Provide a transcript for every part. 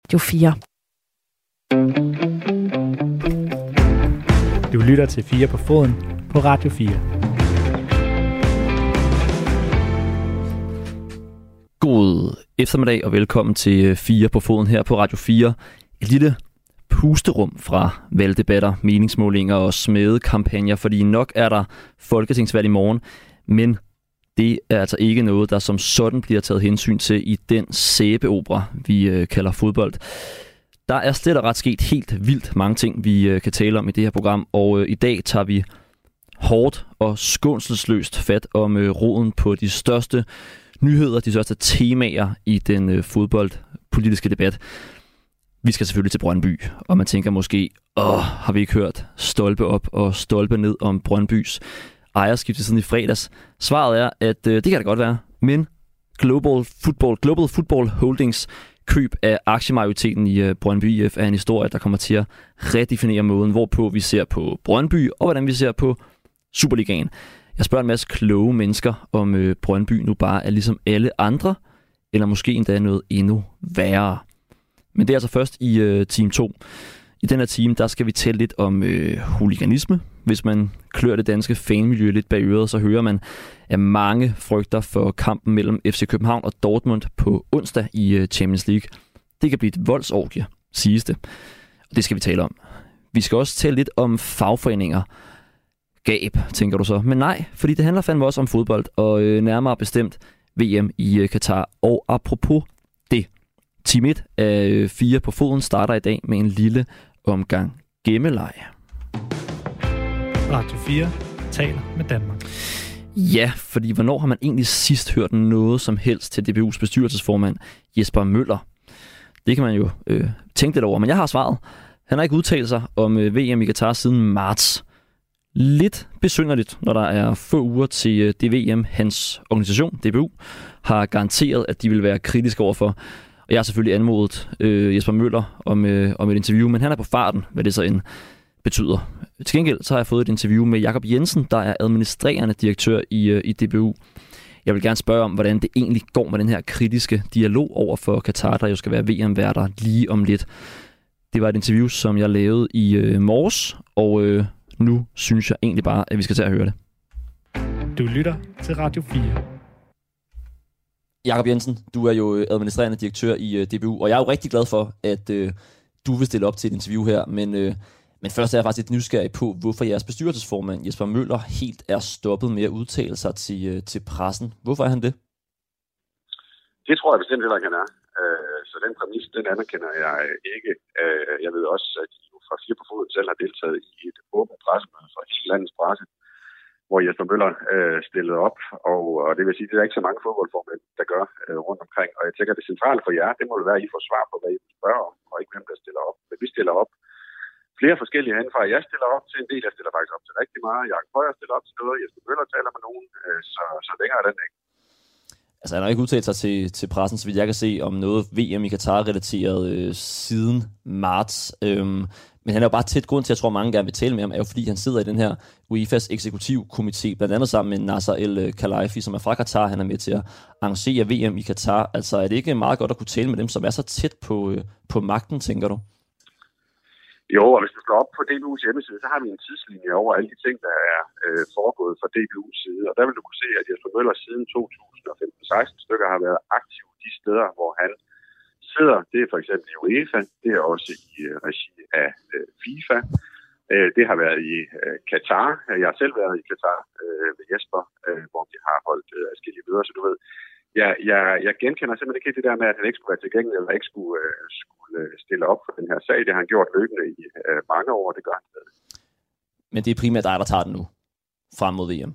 Radio 4. Du lytter til 4 på foden på Radio 4. God eftermiddag og velkommen til 4 på foden her på Radio 4. Et lille pusterum fra valgdebatter, meningsmålinger og smedekampagner, fordi nok er der folketingsvalg i morgen, men det er altså ikke noget, der som sådan bliver taget hensyn til i den sæbeopera, vi kalder fodbold. Der er slet og ret sket helt vildt mange ting, vi kan tale om i det her program, og i dag tager vi hårdt og skånselsløst fat om roden på de største nyheder, de største temaer i den fodboldpolitiske debat. Vi skal selvfølgelig til Brøndby, og man tænker måske, har vi ikke hørt stolpe op og stolpe ned om Brøndbys ejerskifte siden i fredags? Svaret er, at det kan det godt være, men Global Football Holdings køb af aktiemajoriteten i Brøndby IF er en historie, der kommer til at redefinere måden, hvorpå vi ser på Brøndby, og hvordan vi ser på Superligaen. Jeg spørger en masse kloge mennesker, om Brøndby nu bare er ligesom alle andre, eller måske endda noget endnu værre. Men det er altså først i time 2. I den her time, der skal vi tale lidt om huliganisme. Hvis man klør det danske fanmiljø lidt bag øret, så hører man, at mange frygter for kampen mellem FC København og Dortmund på onsdag i Champions League. Det kan blive et voldsorgie, siges det. Og det skal vi tale om. Vi skal også tale lidt om fagforeninger. Gab, tænker du så. Men nej, fordi det handler fandme også om fodbold, og nærmere bestemt VM i Katar. Og apropos det, time 1 af 4 på foden starter i dag med en lille omgang gemmeleje. Radio 4 taler med Danmark. Ja, fordi hvornår har man egentlig sidst hørt noget som helst til DBU's bestyrelsesformand Jesper Møller? Det kan man jo tænke lidt over, men jeg har svaret. Han har ikke udtalt sig om VM i Katar siden marts. Lidt besynderligt, når der er få uger til det VM, hans organisation, DBU, har garanteret, at de vil være kritiske overfor. Og jeg har selvfølgelig anmodet Jesper Møller om et interview, men han er på farten, hvad det så end betyder. Til gengæld så har jeg fået et interview med Jakob Jensen, der er administrerende direktør i DBU. Jeg vil gerne spørge om, hvordan det egentlig går med den her kritiske dialog over for Katar, der jo skal være VM-værter lige om lidt. Det var et interview, som jeg lavede i morges, og nu synes jeg egentlig bare, at vi skal til at høre det. Du lytter til Radio 4. Jakob Jensen, du er jo administrerende direktør i DBU, og jeg er jo rigtig glad for, at du vil stille op til et interview her, men først er jeg faktisk lidt nysgerrig på, hvorfor jeres bestyrelsesformand Jesper Møller helt er stoppet med at udtale sig til pressen. Hvorfor er han det? Det tror jeg bestemt heller ikke, han er. Så den præmis, den anerkender jeg ikke. Jeg ved også, at I fra 4 på foden selv har deltaget i et åbent pressemøde for hele landets presse, hvor Jesper Møller stillede op, og det vil sige, at det er ikke så mange fodboldformænd, der gør rundt omkring. Og jeg tænker, at det centrale for jer, det må være, at I får svar på, hvad I vil spørge om, og ikke hvem der stiller op. Men vi stiller op flere forskellige herindefra. Jeg stiller op til en del, jeg stiller faktisk op til rigtig meget. Jakob Højer stiller op til noget, Jesper Møller taler med nogen, så længere er den ikke. Altså han har ikke udtalt sig til pressen, så vidt jeg kan se, om noget VM i Katar-relateret siden marts. Men han er jo bare tæt grund til, at jeg tror, mange gerne vil tale med ham, er jo fordi, han sidder i den her UEFA's eksekutivkomité, blandt andet sammen med Nasser El-Khelaifi, som er fra Katar. Han er med til at arrangere VM i Katar. Altså er det ikke meget godt at kunne tale med dem, som er så tæt på magten, tænker du? Jo, og hvis du slår op på DBU's hjemmeside, så har vi en tidslinje over alle de ting, der er foregået fra DBU's side. Og der vil du kunne se, at Jesper Møller siden 2015-16 stykker har været aktiv de steder, hvor han sidder. Det er for eksempel i UEFA, det er også i regi af FIFA. Det har været i Katar. Jeg har selv været i Katar ved Jesper, hvor vi har holdt forskellige møder, så du ved. Jeg genkender simpelthen ikke det der med, at han ikke skulle være tilgængelig, eller ikke skulle stille op for den her sag. Det har han gjort løbende i mange år, det gør han stadig. Men det er primært dig, der tager den nu, frem mod VM?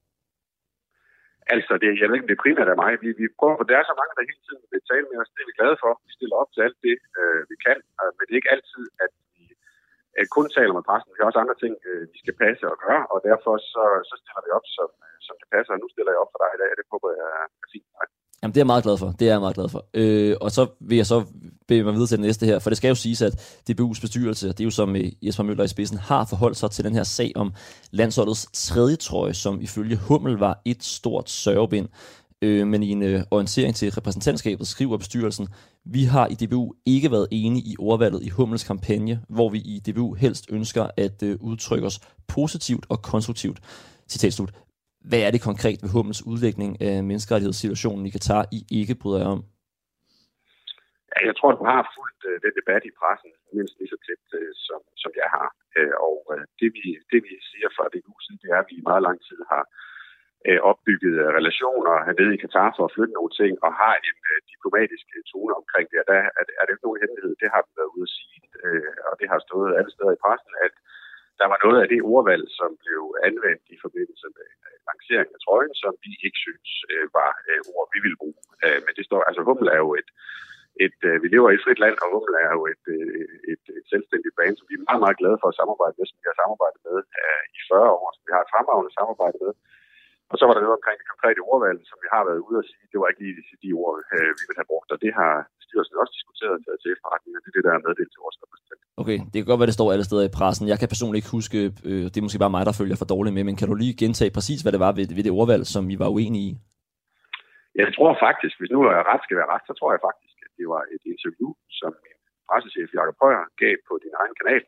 Altså, jeg ved ikke, det er primært af mig. Vi prøver, for der er så mange, der hele tiden vil tale med os. Det er vi glade for. Vi stiller op til alt det, vi kan. Men det er ikke altid, at vi kun taler med pressen. Vi har også andre ting, vi skal passe og gøre, og derfor så stiller vi op, som det passer. Og nu stiller jeg op for dig i dag, og det håber jeg er fint. Jamen, det er jeg meget glad for. Og så vil jeg så bevæge mig videre til det næste her, for det skal jo siges, at DBU's bestyrelse, det er jo som Jesper Møller i spidsen, har forholdt sig til den her sag om landsholdets tredje trøje, som ifølge Hummel var et stort sørgebind. men i en orientering til repræsentantskabet skriver bestyrelsen: vi har i DBU ikke været enige i ordvalget i Hummels kampagne, hvor vi i DBU helst ønsker at udtrykke os positivt og konstruktivt. Citat slut. Hvad er det konkret ved Hummels udlægning af menneskerettighedssituationen i Katar, I ikke bryder jer om? Ja, jeg tror, du har fulgt den debat i pressen mindst lige så tæt, som jeg har. Og det vi siger fra DBU's side, det er, at vi i meget lang tid har opbygget relationer hernede i Katar for at flytte nogle ting, og har en diplomatisk tone omkring det. Og der er det ikke nogen hemmelighed. Det har vi været ude at sige, og det har stået alle steder i pressen, at der var noget af det ordvalg, som blev anvendt i forbindelse med lanceringen af trøjen, som vi ikke synes var ord, vi ville bruge. Men det står, altså Hummel er jo vi lever i et frit land, og Hummel er jo et selvstændigt brand, som vi er meget, meget glade for at samarbejde med, som vi har samarbejdet med i 40 år, som vi har et fremragende samarbejde med. Og så var der noget omkring det konkrete ordvalg, som vi har været ude at sige, det var ikke lige de ord, vi ville have brugt, og det har styrelsen også diskuteret til efterretning, og det er det, der er meddelt til vores repræsentant. Okay, det kan godt være, det står alle steder i pressen. Jeg kan personligt ikke huske, det er måske bare mig, der følger for dårligt med, men kan du lige gentage præcis, hvad det var ved det ordvalg, som I var uenige i? Jeg tror faktisk, hvis nu ret skal være ret, så tror jeg faktisk, at det var et interview, som min pressechef Jakob Højer gav på din egen kanal.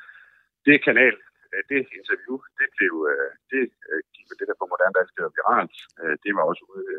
Det interview, det gik med det der på moderne dansk viralt. Det var også ude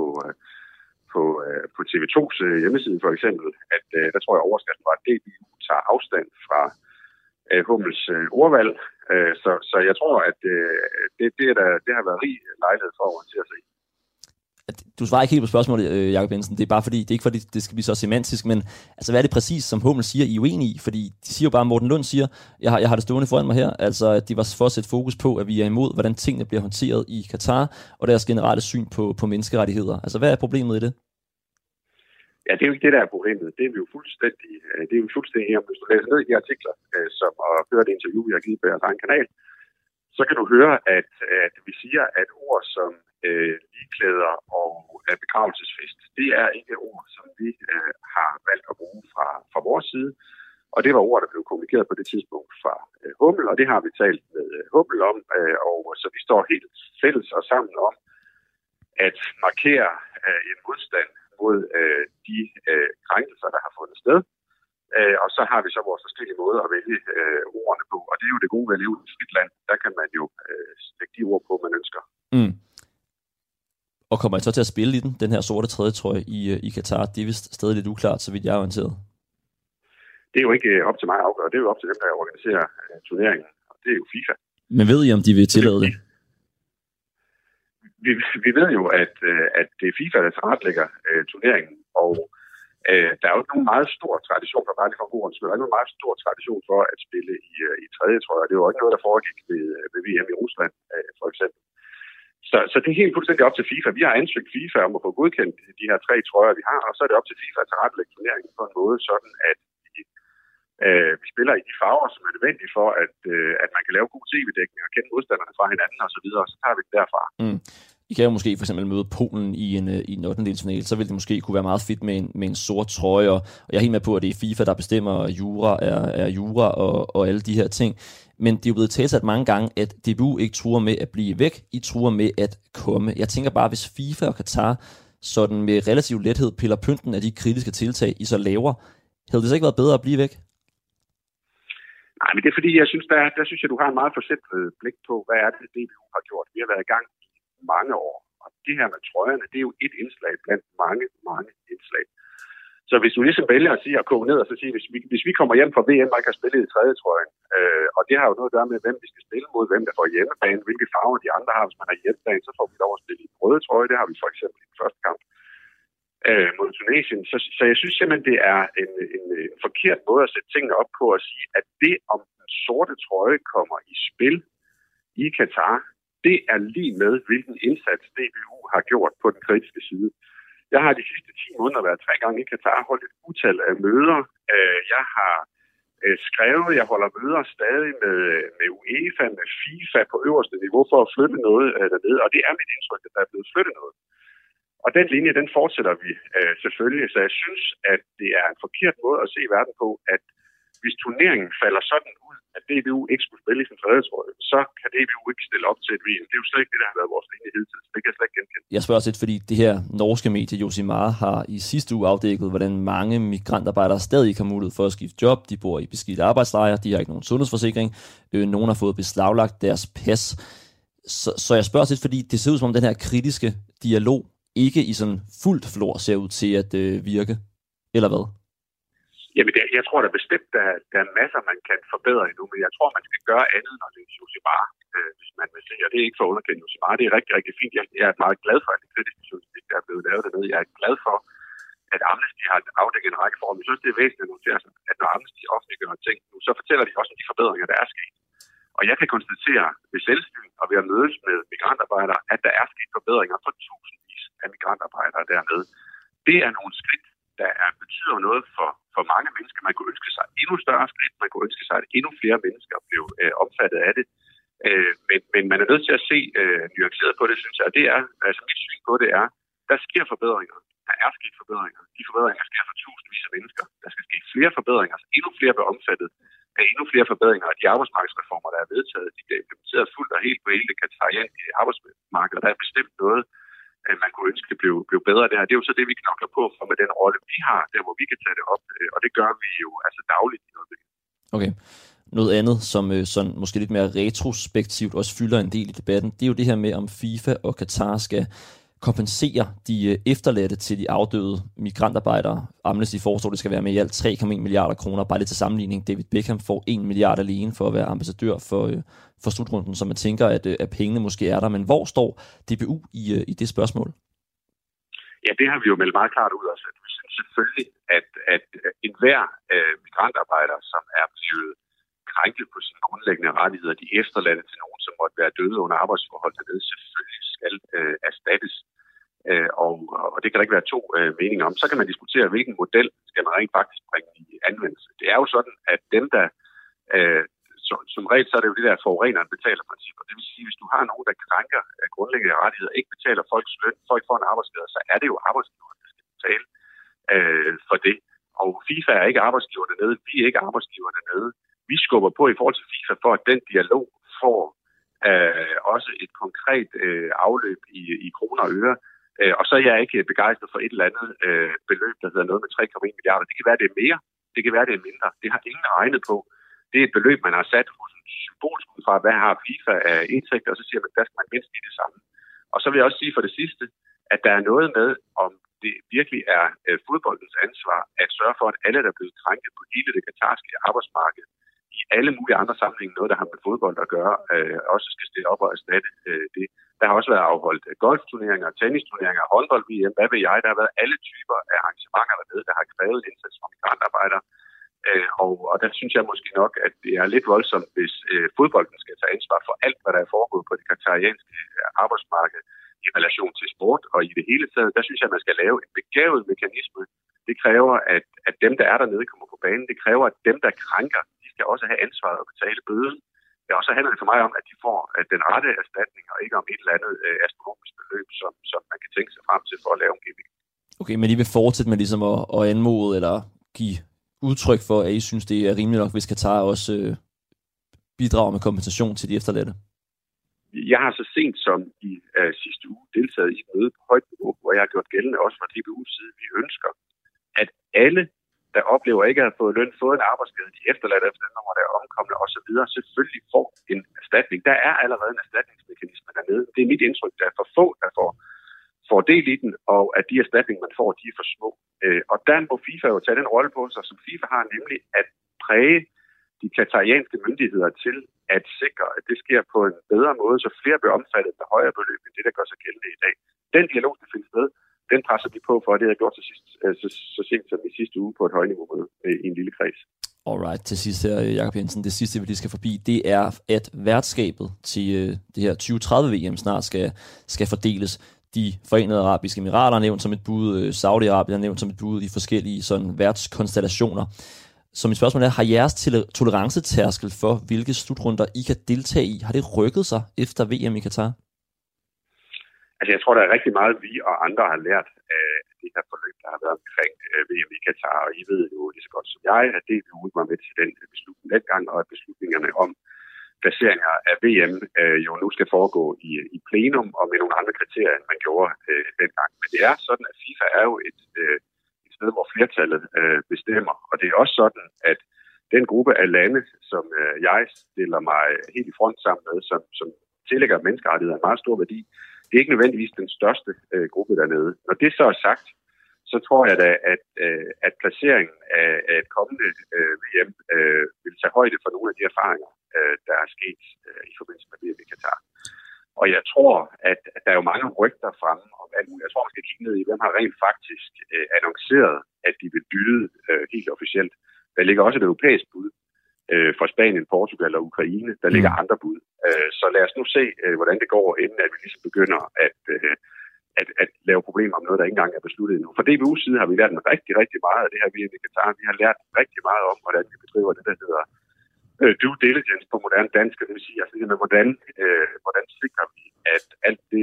på TV2's hjemmeside for eksempel, at der tror jeg overskriften var, at DBU tager afstand fra Hummels ordvalg. Så jeg tror, at det har været rig lejlighed for at orientere sig i. Du svarer ikke helt på spørgsmålet, Jakob Jensen. Det er bare fordi, det er ikke fordi, det skal blive så semantisk, men altså, hvad er det præcis, som Hummel siger, I er uenige i? Fordi de siger jo bare, Morten Lund siger, jeg har det stående foran mig her, altså at de var for at sætte fokus på, at vi er imod, hvordan tingene bliver håndteret i Katar, og deres generelle syn på menneskerettigheder. Altså, hvad er problemet i det? Ja, det er jo ikke det, der er problemet. Det er vi jo fuldstændig enige om. Hvis du læser ned i de artikler, som og hører det interview, vi har givet på jeres egen kanal, så kan du høre, at vi siger, at ord som ligeklæder og begravelsesfest, det er ikke ord, som vi har valgt at bruge fra vores side. Og det var ord, der blev kommunikeret på det tidspunkt fra Hummel, og det har vi talt med Hummel om. Og så vi står helt fælles og sammen om at markere en modstand mod de krænkelser, der har fundet sted. Og så har vi så vores forskellige måder at vælge ordene på. Og det er jo det gode ved at leve i et frit land. Der kan man jo lægge de ord på, man ønsker. Mm. Og kommer I så til at spille i den her sorte trædetrøje i Katar? Det er vist stadig lidt uklart, så vidt jeg er orienteret. Det er jo ikke op til mig at afgøre. Det er jo op til dem, der organiserer turneringen. Og det er jo FIFA. Men ved I, om de vil tillade det? Vi ved jo, at det er FIFA, der tilrettelægger turneringen. Og der er jo ikke nogen meget stor tradition for, bare lige for god ordens skyld, der er ikke nogen meget stor tradition for at spille i tredje trøjer. Det var ikke noget, der foregik ved VM i Rusland, for eksempel. Så det er helt fuldstændig op til FIFA. Vi har ansøgt FIFA om at få godkendt de her 3 trøjer, vi har, og så er det op til FIFA at tilrettelægge turneringen på en måde, sådan at vi spiller i de farver, som er nødvendige for, at man kan lave god tv-dækning og kende modstanderne fra hinanden osv., og så tager vi det derfra. Mm. I kan jo måske for eksempel møde Polen i en 8. så vil det måske kunne være meget fedt med en sort trøje, og jeg er helt med på, at det er FIFA, der bestemmer, at jura er jura og alle de her ting. Men det er jo blevet tilsat mange gange, at DBU ikke truer med at blive væk, I truer med at komme. Jeg tænker bare, hvis FIFA og Katar sådan med relativ lethed piller pynten af de kritiske tiltag, I så laver, havde det så ikke været bedre at blive væk? Nej, men det er fordi, jeg synes, der synes jeg, du har en meget forsimplet blik på, hvad er det, DBU har gjort. Vi har været i gang i mange år, og det her med trøjerne, det er jo et indslag blandt mange, mange indslag. Så hvis du ligesom vælger at sige at koge ned og så sige, hvis vi kommer hjem fra VM og ikke har spillet i tredje trøjen, og det har jo noget at gøre med, hvem vi skal spille mod, hvem der får hjemmebane, hvilke farver de andre har, hvis man har hjemmebane, så får vi lov at spille i røde trøje. Det har vi for eksempel i den første kamp mod Tunesien. Så jeg synes simpelthen, det er en forkert måde at sætte tingene op på at sige, at det om den sorte trøje kommer i spil i Katar, det er lige med, hvilken indsats DBU har gjort på den kritiske side. Jeg har de sidste 10 måneder været 3 gange i Katar, holdt et utal af møder. Jeg har skrevet, jeg holder møder stadig med UEFA, med FIFA på øverste niveau for at flytte noget dernede, og det er mit indtryk, at der er blevet flyttet noget. Og den linje, den fortsætter vi selvfølgelig, så jeg synes, at det er en forkert måde at se verden på, at hvis turneringen falder sådan ud, at DBU ikke skulle spille i sin tredjetrøje, så kan DBU ikke stille op til et VM. Det er jo slet ikke det, der har været vores linje hidtil, så det kan jeg slet ikke genkende. Jeg spørger lidt, fordi det her norske medie, Josimar, har i sidste uge afdækket, hvordan mange migrantarbejdere stadig ikke har mulighed for at skifte job. De bor i beskidte arbejdslejre, de har ikke nogen sundhedsforsikring, nogen har fået beslaglagt deres pas. Så jeg spørger lidt, fordi det ser ud som om den her kritiske dialog ikke i sådan fuldt flor ser ud til at virke, eller hvad? Jamen, jeg tror da bestemt, der er masser, man kan forbedre endnu, men jeg tror, man skal gøre andet, når det er Josimar, hvis man vil se. Og det er ikke for at underkende Josimar, det er rigtig, rigtig fint. Jeg er meget glad for, at det kritiske journalistik, der er blevet lavet dernede. Jeg er glad for, at Amnesty har afdækket en række forhold. Jeg synes, det er væsentligt at notere sig, at når Amnesty offentliggør ting nu, så fortæller de også om de forbedringer, der er sket. Og jeg kan konstatere ved selvsyn og ved at mødes med migrantarbejdere, at der er sket forbedringer for tusindvis af migrantarbejdere dernede. Det er nogle skridt, der betyder noget for mange mennesker. Man kunne ønske sig endnu større skridt. Man kunne ønske sig, at endnu flere mennesker blev omfattet af det. Men man er nødt til at se nuanceret på det, synes jeg. Og det er, altså mit syn på det er, der sker forbedringer. Der er sket forbedringer. De forbedringer sker for tusindvis af mennesker. Der skal ske flere forbedringer, så endnu flere bliver omfattet af endnu flere forbedringer. Og de arbejdsmarkedsreformer, der er vedtaget, de bliver implementeret fuldt og helt på hele det katarianske arbejdsmarked. Der er bestemt noget, man kunne ønske blev bedre der. Det er jo så det, vi knokler på for med den rolle, vi har, der hvor vi kan tage det op. Og det gør vi jo altså dagligt. Okay. Noget andet, som sådan måske lidt mere retrospektivt også fylder en del i debatten, det er jo det her med, om FIFA og Qatar skal kompensere de efterladte til de afdøde migrantarbejdere. Amnesty foreslår, det skal være med i alt 3,1 milliarder kroner. Bare lidt til sammenligning. David Beckham får 1 milliard alene for at være ambassadør for slutrunden, så man tænker, at pengene måske er der. Men hvor står DBU i det spørgsmål? Ja, det har vi jo meldt meget klart ud også. Vi synes selvfølgelig, at enhver migrantarbejder, som er blevet krænket på sine grundlæggende rettigheder, de efterladte til nogen, som måtte være døde under arbejdsforhold dernede, selvfølgelig skal erstattes. Og det kan der ikke være to meninger om. Så kan man diskutere, hvilken model skal man rent faktisk bringe i anvendelse. Det er jo sådan, at dem, der som regel, så er det jo det der forureneren betaler princip. Det vil sige, hvis du har nogen, der krænker grundlæggende rettigheder, ikke betaler folks løn, folk får en arbejdsskade, så er det jo arbejdsgiveren, der skal betale for det. Og FIFA er ikke arbejdsgiver dernede, vi er ikke arbejdsgiver dernede. Vi skubber på i forhold til FIFA for, at den dialog får også et konkret afløb i kroner og øre. Og så er jeg ikke begejstret for et eller andet beløb, der hedder noget med 3,1 milliarder. Det kan være, det er mere, det kan være, det er mindre. Det har ingen regnet på. Det er et beløb, man har sat hos en symbolsk ud fra, hvad har FIFA af indtægter, og så siger man, der skal man mindst i det samme. Og så vil jeg også sige for det sidste, at der er noget med, om det virkelig er fodboldens ansvar at sørge for, at alle, der er blevet krænket på hele det katarske arbejdsmarked, i alle mulige andre sammenhænge, noget, der har med fodbold at gøre, også skal stille op og erstatte det. Der har også været afholdt golfturneringer, tennisturneringer, håndbold-VM, hvad ved jeg. Der har været alle typer af arrangementer dernede, der har krævet en indsats fra migrantarbejdere. Og der synes jeg måske nok, at det er lidt voldsomt, hvis fodbolden skal tage ansvar for alt, hvad der er foregået på det katarianske arbejdsmarked i relation til sport. Og i det hele taget, der synes jeg, at man skal lave en begavet mekanisme. Det kræver, at dem, der er dernede, kommer på banen. Det kræver, at dem, der krænker, de skal også have ansvaret og betale bøden. Og så handler det for mig om, at de får den rette erstatning, og ikke om et eller andet astronomisk beløb, som man kan tænke sig frem til for at lave en gimmick. Okay, men I vil fortsætte med ligesom at anmode eller give udtryk for, at I synes, det er rimeligt nok, hvis Qatar også bidrager med kompensation til de efterladte? Jeg har så sent som i sidste uge deltaget i et møde på højt niveau, hvor jeg har gjort gældende også fra DBU's side. Vi ønsker, at alle, der oplever ikke at have fået løn, fået en arbejdsskade, de efterladte efter den nummer, der er omkomne osv., selvfølgelig får en erstatning. Der er allerede en erstatningsmekanisme dernede. Det er mit indtryk, der er for få, der får del i den, og at de erstatninger, man får, de er for små. Og der må FIFA jo tage den rolle på sig, som FIFA har, nemlig at præge de katarianske myndigheder til at sikre, at det sker på en bedre måde, så flere bliver omfattet med højere beløb end det, der gør sig gældende i dag. Den dialog, der findes sted, den presser vi på for, det har jeg gjort så sent som i sidste uge på et højniveau i en lille kreds. Alright, til sidst her, Jakob Jensen, det sidste, vi lige skal forbi, det er, at værtskabet til det her 2030 VM snart skal fordeles. De Forenede Arabiske Emirater er nævnt som et bud, Saudi-Arabien er nævnt som et bud i forskellige sådan værtskonstellationer. Så mit spørgsmål er, har jeres tolerancetærskel for, hvilke slutrunder I kan deltage i, har det rykket sig efter VM i Qatar? Altså jeg tror, der er rigtig meget, vi og andre har lært det her forløb, der har været omkring VM i Katar. Og I ved jo lige så godt som jeg, at DBU var med til den beslutning dengang, og at beslutningerne om placeringer af VM jo nu skal foregå i plenum og med nogle andre kriterier, end man gjorde dengang. Men det er sådan, at FIFA er jo et sted, hvor flertallet bestemmer. Og det er også sådan, at den gruppe af lande, som jeg stiller mig helt i front sammen med, som tillægger menneskerettigheder en meget stor værdi, det er ikke nødvendigvis den største gruppe dernede. Når det så er sagt, så tror jeg da, at placeringen af et kommende VM vil tage højde for nogle af de erfaringer, der er sket i forbindelse med VM i Katar. Og jeg tror, at der er jo mange rygter fremme om alt muligt. Jeg tror, man skal kigge ned i, hvem har rent faktisk annonceret, at de vil byde helt officielt. Der ligger også et europæisk bud fra Spanien, Portugal og Ukraine. Der ligger andre bud. Så lad os nu se, hvordan det går, inden at vi ligesom begynder at lave problemer om noget, der ikke engang er besluttet endnu. Fra DBU's side har vi lært rigtig, rigtig meget af det her VM i Katar. Vi har lært rigtig meget om, hvordan vi bedriver det, der hedder due diligence på moderne dansk. Det vil sige, altså det med, hvordan sikrer vi, at alt det,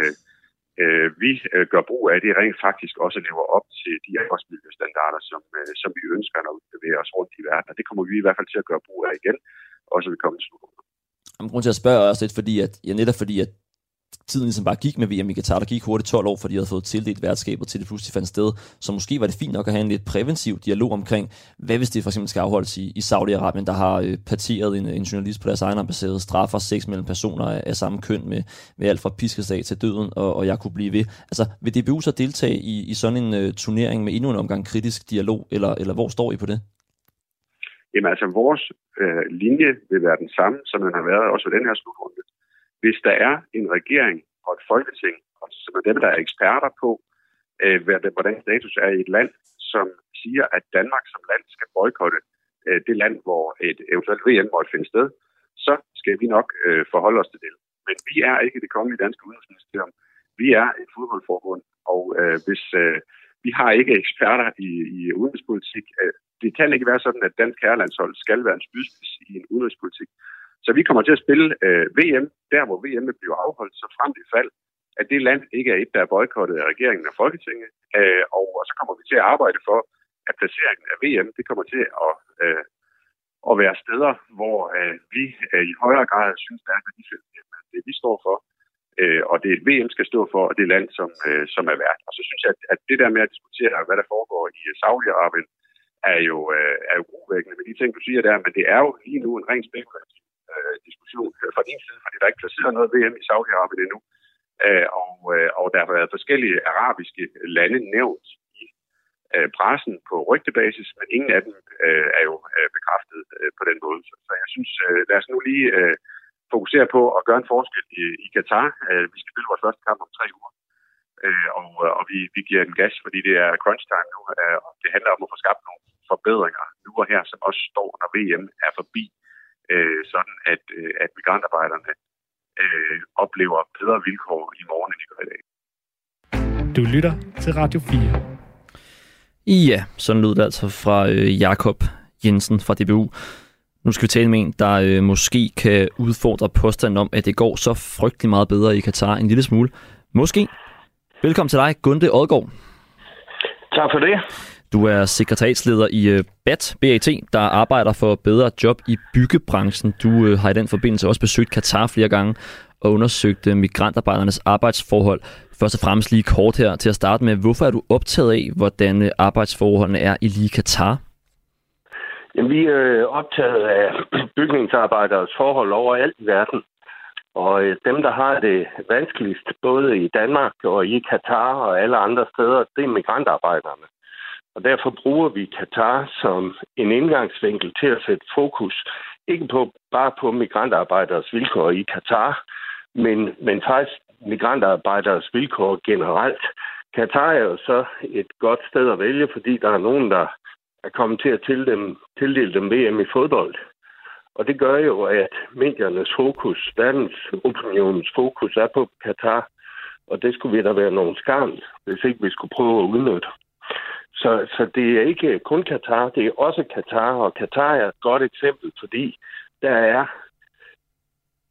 vi gør brug af, det rent faktisk også lever op til de arbejdsmiljøstandarder, som vi ønsker, når vi bevæger os rundt i verden. Og det kommer vi i hvert fald til at gøre brug af igen, også ved kommende slutrunder. Grunden til at spørge også lidt, fordi at tiden ligesom bare gik med VM i Katar, der gik hurtigt 12 år, fordi de havde fået tildelt værtskabet til det pludselig fandt sted. Så måske var det fint nok at have en lidt præventiv dialog omkring, hvad hvis det for eksempel skal afholdes i Saudi-Arabien, der har parteret en journalist på deres egen ambassade, straffer sex mellem personer af samme køn med alt fra piskesag til døden, og jeg kunne blive ved. Altså, vil DBU så deltage i sådan en turnering med endnu en omgang kritisk dialog, eller hvor står I på det? Jamen altså, vores linje vil være den samme, som den har været også ved den her slutrunde. Hvis der er en regering og et folketing, som er dem, der er eksperter på, hvordan status er i et land, som siger, at Danmark som land skal boykotte det land, hvor et eventuelt VM måtte finde sted, så skal vi nok forholde os til det. Men vi er ikke det kongelige danske udenrigsministerium. Vi er et fodboldforbund, og hvis vi har ikke eksperter i udenrigspolitik, det kan ikke være sådan, at dansk herrelandshold skal være en spydspids i en udenrigspolitik. Så vi kommer til at spille VM, der hvor VM bliver afholdt, så frem til fald, at det land ikke er et, der er boykottet af regeringen og Folketinget. Og så kommer vi til at arbejde for, at placeringen af VM, det kommer til at være steder, hvor vi i højere grad synes, der er det vi står for, og det VM skal stå for, og det land, som er vært. Og så synes jeg, at det der med at diskutere, hvad der foregår i Saudi-Arabien, er jo uvækkende med de ting, du siger der, men det er jo lige nu en ren spekulativ diskussion fra din side, fordi der er ikke placeret noget VM i Saudi-Arabien endnu. Og der har været forskellige arabiske lande nævnt i pressen på rygtebasis, men ingen af dem er jo bekræftet på den måde. Så jeg synes, lad os nu lige fokusere på at gøre en forskel i Katar. Vi skal spille vores første kamp om 3 uger, og vi giver den gas, fordi det er crunch time nu, og det handler om at få skabt nogle forbedringer nu og her, som også står, når VM er forbi, sådan at migrantarbejderne oplever bedre vilkår i morgen, end de gør i dag. Du lytter til Radio 4. Ja, sådan lød det altså fra Jakob Jensen fra DBU. Nu skal vi tale med en, der måske kan udfordre påstanden om, at det går så frygtelig meget bedre i Katar en lille smule. Måske. Velkommen til dig, Gunde Odgaard. Tak for det. Du er sekretariatsleder i BAT, der arbejder for bedre job i byggebranchen. Du har i den forbindelse også besøgt Katar flere gange og undersøgt migrantarbejdernes arbejdsforhold. Først og fremmest lige kort her til at starte med. Hvorfor er du optaget af, hvordan arbejdsforholdene er i lige Katar? Jamen, vi er optaget af bygningsarbejderes forhold overalt i verden. Og dem, der har det vanskeligst, både i Danmark og i Katar og alle andre steder, det er migrantarbejderne. Og derfor bruger vi Katar som en indgangsvinkel til at sætte fokus, ikke bare på migrantarbejderes vilkår i Katar, men faktisk migrantarbejderes vilkår generelt. Katar er jo så et godt sted at vælge, fordi der er nogen, der er kommet til at tildele dem VM i fodbold. Og det gør jo, at mediernes fokus, verdensopinionens fokus er på Katar. Og det skulle vi da være nogen skam, hvis ikke vi skulle prøve at udnytte. Så det er ikke kun Katar, det er også Katar. Og Katar er et godt eksempel, fordi der er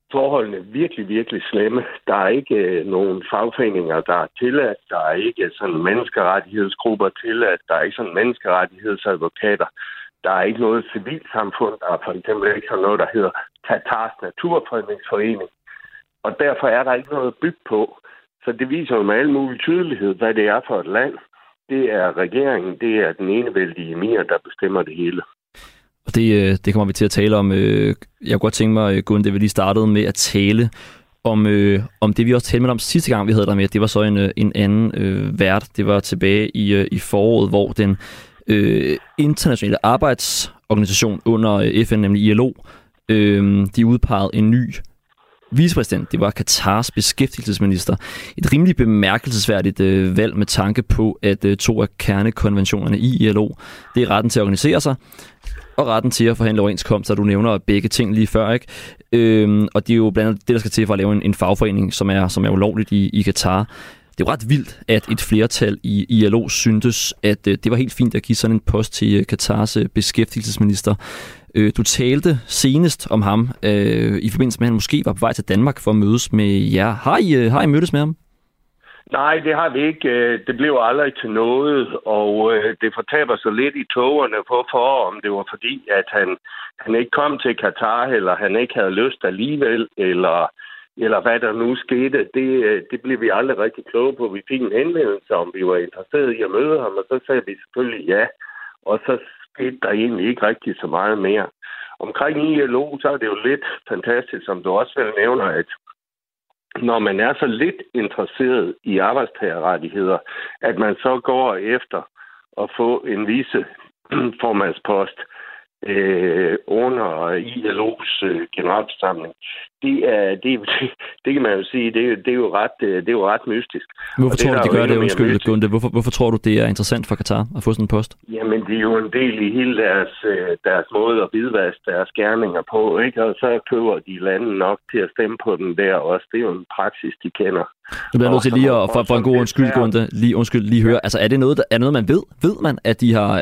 forholdene virkelig, virkelig slemme. Der er ikke nogen fagforeninger, der er tilladt. Der er ikke sådan menneskerettighedsgrupper tilladt. Der er ikke sådan menneskerettighedsadvokater. Der er ikke noget civilsamfund. Der er for eksempel ikke sådan noget, der hedder Katars Naturfredningsforening. Og derfor er der ikke noget at bygge på. Så det viser jo med al mulig tydelighed, hvad det er for et land. Det er regeringen, det er den enevældige emir, der bestemmer det hele. Og det kommer vi til at tale om. Jeg kunne godt tænke mig, Gunn, det vi lige startede med at tale om det, vi også talte med om sidste gang, vi havde der med. Det var så en anden vært. Det var tilbage i foråret, hvor den internationale arbejdsorganisation under FN, nemlig ILO, de udpegede en ny vicepræsident. Det var Katars beskæftigelsesminister. Et rimelig bemærkelsesværdigt valg med tanke på, at to af kernekonventionerne i ILO, det er retten til at organisere sig, og retten til at forhandle overenskomster. Du nævner begge ting lige før, ikke? Og det er jo blandt andet det, der skal til for at lave en fagforening, som er ulovligt i Katar. Det er jo ret vildt, at et flertal i ILO syntes, at det var helt fint at give sådan en post til Katars beskæftigelsesminister. Du talte senest om ham i forbindelse med, at han måske var på vej til Danmark for at mødes med jer. Har I mødtes med ham? Nej, det har vi ikke. Det blev aldrig til noget, og det fortaber sig lidt i togerne, hvorfor, om det var fordi, at han ikke kom til Katar, eller han ikke havde lyst alligevel, eller hvad der nu skete. Det blev vi aldrig rigtig kloge på. Vi fik en henvendelse, om vi var interesseret i at møde ham, og så sagde vi selvfølgelig ja. Og så skete der egentlig ikke rigtig så meget mere. Omkring ILO, så er det jo lidt fantastisk, som du også selv nævner, at når man er så lidt interesseret i arbejdstagerrettigheder, at man så går efter at få en viceformandspost under ILO's generalforsamling. Det kan man jo sige, det er jo ret mystisk. Hvorfor tror du, de gør det? Undskyld, Gunde. Hvorfor tror du, det er interessant for Katar at få sådan en post? Jamen, det er jo en del i hele deres måde at hvidvaske deres gerninger på, ikke? Og så køber de lande nok til at stemme på den der også. Det er jo en praksis, de kender. Du bliver nødt til lige at, for en god undskyld, Gunde, lige høre. Altså, er det noget, man ved? Ved man, at de har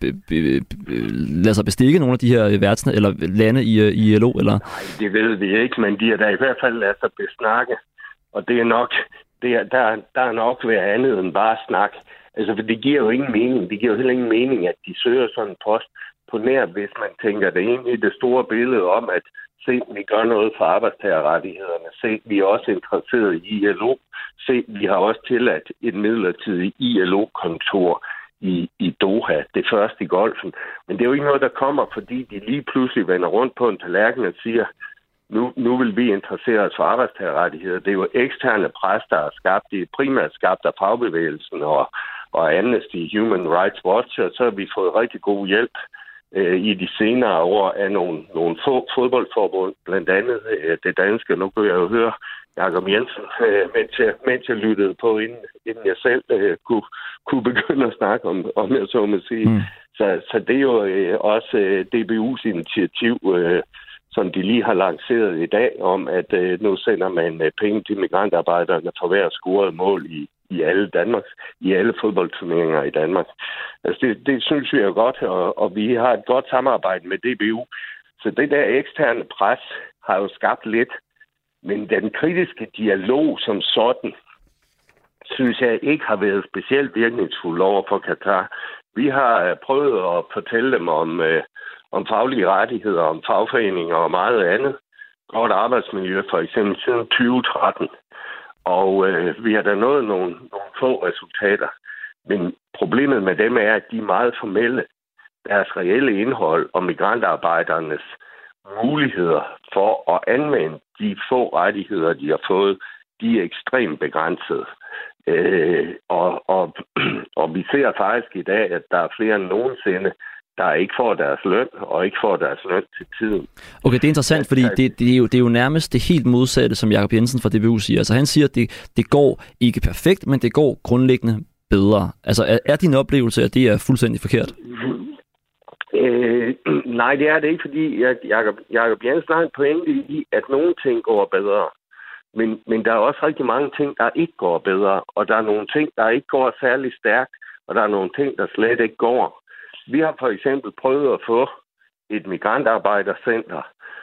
ladet sig bestikke nogle af de her værtsne, eller lande i ILO, eller? Nej, det ved vi ikke, men de har da i hvert fald ladet sig besnakke. Og det er nok, der er nok været andet end bare snak. Altså, for det giver jo ingen mening. Det giver jo heller ingen mening, at de søger sådan en post på nær, hvis man tænker det ind i det store billede om, at se, vi gør noget for arbejdstagerrettighederne. Se, vi er også interesseret i ILO. Se, vi har også tilladt et midlertidigt ILO-kontor i Doha, det første i Golfen. Men det er jo ikke noget, der kommer, fordi de lige pludselig vender rundt på en tallerken og siger, nu vil vi interessere os for arbejdstagerrettigheder. Det er jo eksterne pres, der er skabt. Det er primært skabt af fagbevægelsen og Amnesty Human Rights Watch, og så har vi fået rigtig god hjælp i de senere år af nogle få fodboldforbund, blandt andet det danske. Nu kan jeg jo høre Jakob Jensen, mens jeg lyttede på, inden jeg selv kunne begynde at snakke om jeg så må sige. Mm. Så det er jo også DBU's initiativ, som de lige har lanceret i dag, om at nu sender man penge til migrantarbejderne for hver scoret mål i alle fodboldturneringer i Danmark. Altså det synes vi er godt, og vi har et godt samarbejde med DBU. Så det der eksterne pres har jo skabt lidt, men den kritiske dialog som sådan, synes jeg ikke har været specielt virkningsfuld over for Katar. Vi har prøvet at fortælle dem om faglige rettigheder, om fagforeninger og meget andet. Godt arbejdsmiljø, for eksempel siden 2013. Og vi har da nået nogle få resultater. Men problemet med dem er, at de er meget formelle. Deres reelle indhold og migrantarbejdernes muligheder for at anvende de få rettigheder, de har fået, de er ekstremt begrænsede. Og vi ser faktisk i dag, at der er flere end nogensinde, der ikke får deres løn, og ikke får deres løn til tiden. Okay, det er interessant, fordi det er jo nærmest det helt modsatte, som Jakob Jensen fra DBU siger. Altså han siger, at det går ikke perfekt, men det går grundlæggende bedre. Altså er din oplevelse, at det er fuldstændig forkert? Nej, det er det ikke, fordi Jakob Jensen har en pointe i, at nogle ting går bedre. Men der er også rigtig mange ting, der ikke går bedre, og der er nogle ting, der ikke går særlig stærkt, og der er nogle ting, der slet ikke går. Vi har for eksempel prøvet at få et migrantarbejdercenter,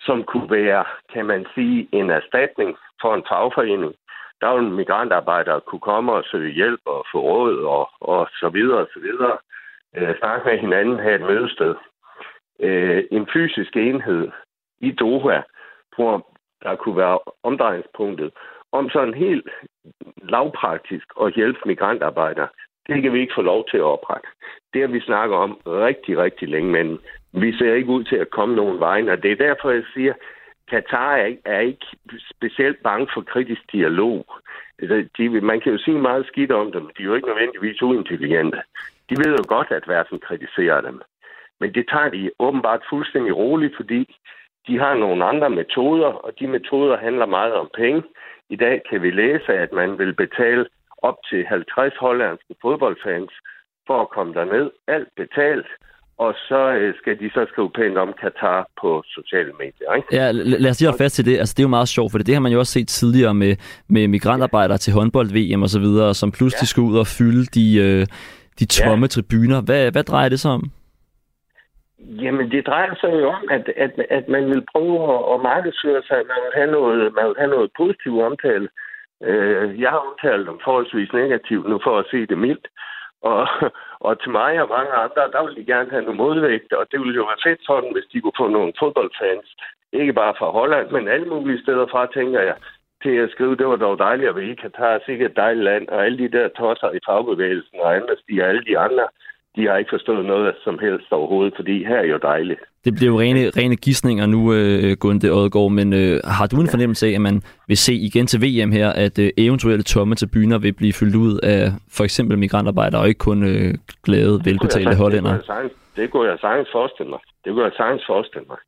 som kunne være, kan man sige, en erstatning for en fagforening. Der vil migrantarbejdere kunne komme og søge hjælp og få råd og så videre og så videre. Snakke med hinanden, have et mødested. En fysisk enhed i Doha, hvor der kunne være omdrejningspunktet om sådan helt lavpraktisk at hjælpe migrantarbejdere. Det kan vi ikke få lov til at oprette. Det har vi snakket om rigtig, rigtig længe, men vi ser ikke ud til at komme nogen vejen, og det er derfor, jeg siger, Katar er ikke specielt bange for kritisk dialog. Man kan jo sige meget skidt om dem, de er jo ikke nødvendigvis uintelligente. De ved jo godt, at verden kritiserer dem. Men det tager de åbenbart fuldstændig roligt, fordi de har nogle andre metoder, og de metoder handler meget om penge. I dag kan vi læse, at man vil betale op til 50 hollandske fodboldfans for at komme derned. Alt betalt. Og så skal de så skrive pænt om Katar på sociale medier, ikke? Ja, lad os lige holde fast til det. Altså, det er jo meget sjovt, for det har man jo også set tidligere med migrantarbejdere til håndbold-VM og så videre, som pludselig skal ud og fylde de tomme tribuner. Hvad drejer det sig om? Jamen, det drejer sig jo om, at man vil prøve at markedsføre sig. Man vil have noget positiv omtale. Jeg har omtalt dem forholdsvis negativt nu, for at se det mildt. Og til mig og mange andre, der vil de gerne have noget modvægt, og det ville jo være fedt sådan, hvis de kunne få nogle fodboldfans, ikke bare fra Holland, men alle mulige steder fra, tænker jeg, til at skrive, det var dog dejligt at være i Katar, sikkert et dejligt land, og alle de der tosser i fagbevægelsen og andre stiger, alle de andre, de har ikke forstået noget som helst overhovedet, fordi her er jo dejligt. Det bliver jo rene gidsninger nu, Gunde Odgaard, men har du en fornemmelse af, at man vil se igen til VM her, at eventuelle tomme tribuner vil blive fyldt ud af for eksempel migrantarbejdere, og ikke kun glade, velbetalte hollændere? Det kunne jeg sagtens forestille mig.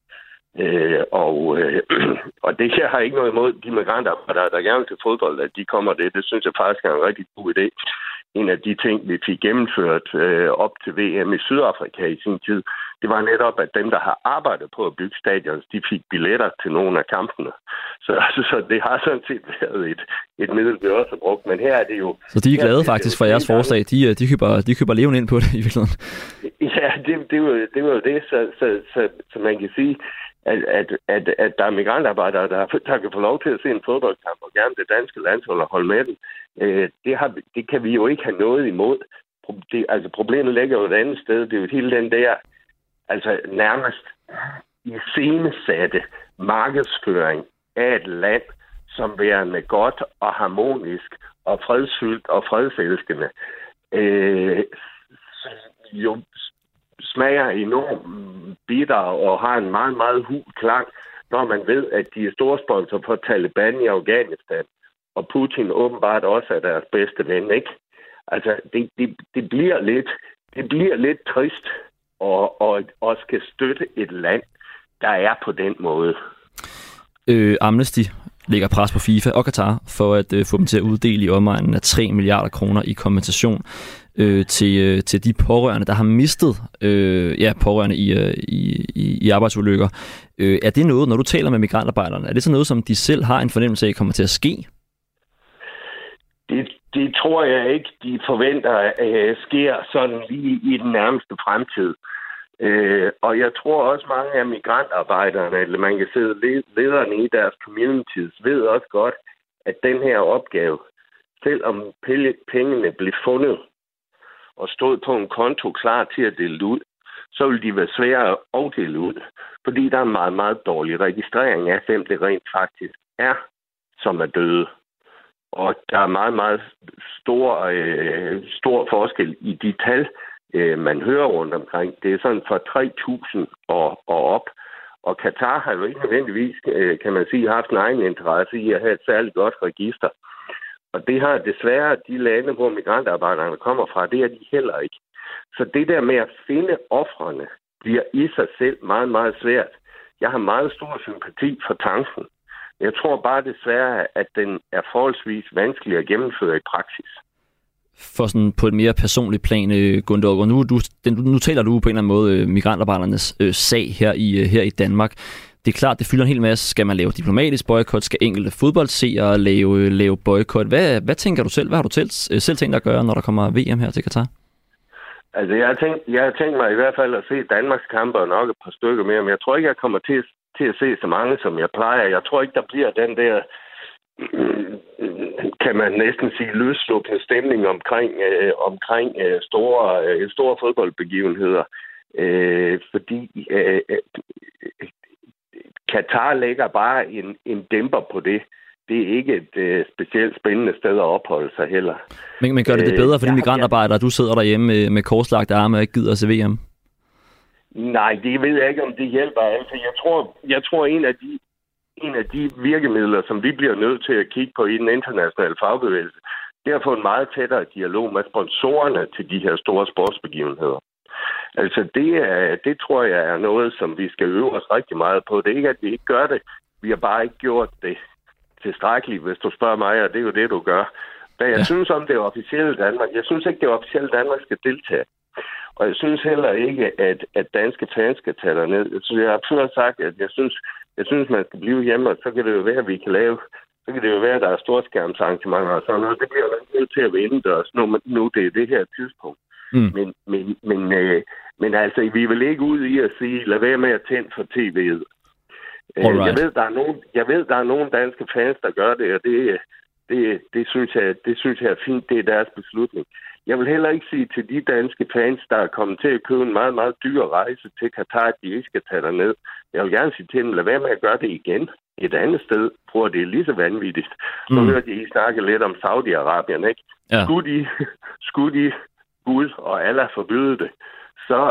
Og det her har ikke noget imod de migrantarbejdere, der gerne til fodbold, at de kommer det. Det synes jeg faktisk er en rigtig god idé. En af de ting, vi fik gennemført op til VM i Sydafrika i sin tid, det var netop, at dem, der har arbejdet på at bygge stadions, de fik billetter til nogle af kampene. Så det har sådan set været et middel, vi også har brugt. Men her er det jo... Så de er glade faktisk for jeres forslag. De køber levende ind på det i virkeligheden. Ja, det var jo det, så man kan sige, at der er migrantarbejdere, der kan få lov til at se en fodboldkamp, og gerne det danske landshold og holde med den. Det kan vi jo ikke have noget imod. Problemet ligger jo et andet sted. Det er jo hele den der, nærmest iscenesatte markedsføring af et land, som værende godt og harmonisk og fredsfyldt og fredselskende. Jo smager enormt bitter og har en meget, meget hul klang, når man ved, at de er storsponsor for Taliban i Afghanistan, og Putin åbenbart også er deres bedste ven, ikke? Det bliver lidt trist og skal støtte et land, der er på den måde. Amnesty lægger pres på FIFA og Qatar for at få dem til at uddele i omegnen af 3 milliarder kroner i kompensation til de pårørende, der har mistet pårørende i arbejdsulykker. Er det noget, når du taler med migrantarbejderne, er det så noget, som de selv har en fornemmelse af kommer til at ske? Det tror jeg ikke, de forventer sker sådan lige i den nærmeste fremtid. Og jeg tror også, mange af migrantarbejderne, eller man kan sige lederne i deres communities, ved også godt, at den her opgave, selvom pengene blev fundet og stod på en konto klar til at dele ud, så vil de være svære at dele ud. Fordi der er en meget, meget dårlig registrering af, hvem det rent faktisk er, som er døde. Og der er meget, meget stor forskel i de tal, man hører rundt omkring. Det er sådan fra 3.000 og op. Og Katar har jo ikke nødvendigvis, kan man sige, haft en egen interesse i at have et særligt godt register. Og det har desværre de lande, hvor migrantarbejderne kommer fra, det er de heller ikke. Så det der med at finde ofrene bliver i sig selv meget, meget svært. Jeg har meget stor sympati for tanken. Jeg tror bare desværre, at den er forholdsvis vanskelig at gennemføre i praksis. For sådan på et mere personligt plan, Gunde Odgaard, nu taler du på en eller anden måde migrantarbejdernes sag her i Danmark. Det er klart, det fylder en hel masse. Skal man lave diplomatisk boykot? Skal enkelte fodboldseere lave boykot? Hvad tænker du selv? Hvad har du selv tænkt at gøre, når der kommer VM her til Katar? Jeg har tænkt mig i hvert fald at se Danmarks kampe og nok et par stykker mere, men jeg tror ikke, jeg kommer til til at se så mange, som jeg plejer. Jeg tror ikke, der bliver den der, kan man næsten sige, løslukkende stemning omkring store fodboldbegivenheder. Fordi Katar lægger bare en dæmper på det. Det er ikke et specielt spændende sted at opholde sig heller. Men gør det bedre for de migrantarbejdere, du sidder derhjemme med korslagte arme og ikke gider at se VM? Nej, det ved jeg ikke, om det hjælper. Altså, jeg tror en af de virkemidler, som vi bliver nødt til at kigge på i den internationale fagbevægelse, det er at få en meget tættere dialog med sponsorerne til de her store sportsbegivenheder. Altså, det tror jeg er noget, som vi skal øve os rigtig meget på. Det er ikke, at vi ikke gør det. Vi har bare ikke gjort det tilstrækkeligt, hvis du spørger mig, og det er jo det, du gør. Hvad jeg synes om det officielle Danmark, jeg synes ikke, det officielle Danmark skal deltage. Og jeg synes heller ikke, at danske fans skal tage derned. Jeg har før sagt, at jeg synes, man skal blive hjemme, og så kan det jo være, at vi kan lave, så kan det jo være, at der er storskærmsarrangementer og sådan noget. Det bliver jo nødt til at vente os, nu det er det her tidspunkt. Men altså, vi vil ikke ud i at sige, lad være med at tænde for tv'et. Jeg ved, der er nogle danske fans, der gør det, og det synes jeg er fint. Det er deres beslutning. Jeg vil heller ikke sige til de danske fans, der er kommet til at købe en meget, meget dyr rejse til Katar, at de ikke skal tage derned. Jeg vil gerne sige til dem, lad være med at gøre det igen et andet sted, hvor det er lige så vanvittigt. Så hørte I snakke lidt om Saudi-Arabien, ikke? Ja. Skulle de Gud og Allah forbyde det, så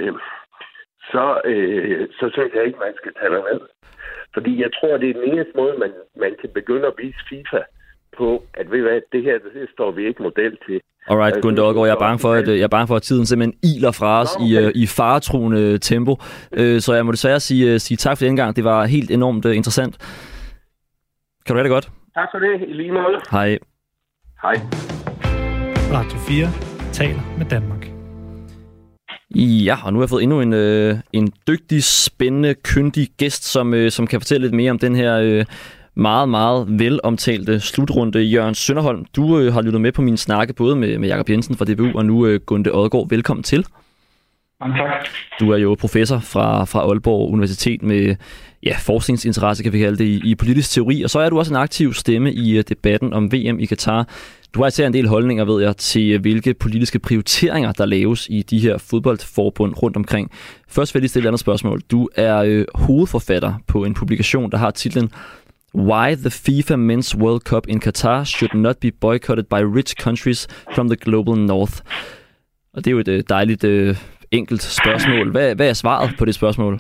synes jeg ikke, man skal tage derned. Fordi jeg tror, det er den eneste måde, man kan begynde at vise FIFA på, at ved hvad, det her, det står vi ikke model til. Alright, Gunther Odgaard, jeg er bange for, at tiden simpelthen iler fra os i faretruende tempo. Så jeg må desværre sige tak for den gang. Det var helt enormt interessant. Kan du have det godt? Tak for det, i lige måde. Hej. Hej. Radio 4 taler med Danmark. Ja, og nu har jeg fået endnu en dygtig, spændende, kyndig gæst, som kan fortælle lidt mere om den her meget, meget velomtalte slutrunde. Jørgen Sønderholm, du har lyttet med på min snakke, både med Jakob Jensen fra DBU og nu Gunther Odgaard. Velkommen til. Mange tak. Du er jo professor fra Aalborg Universitet med forskningsinteresse, kan vi kalde det, i politisk teori, og så er du også en aktiv stemme i debatten om VM i Katar. Du har især en del holdninger, ved jeg, til hvilke politiske prioriteringer, der laves i de her fodboldforbund rundt omkring. Først vil jeg lige stille et andet spørgsmål. Du er hovedforfatter på en publikation, der har titlen Why the FIFA Men's World Cup in Qatar should not be boycotted by rich countries from the global north. Og det er jo et dejligt enkelt spørgsmål. Hvad er svaret på det spørgsmål?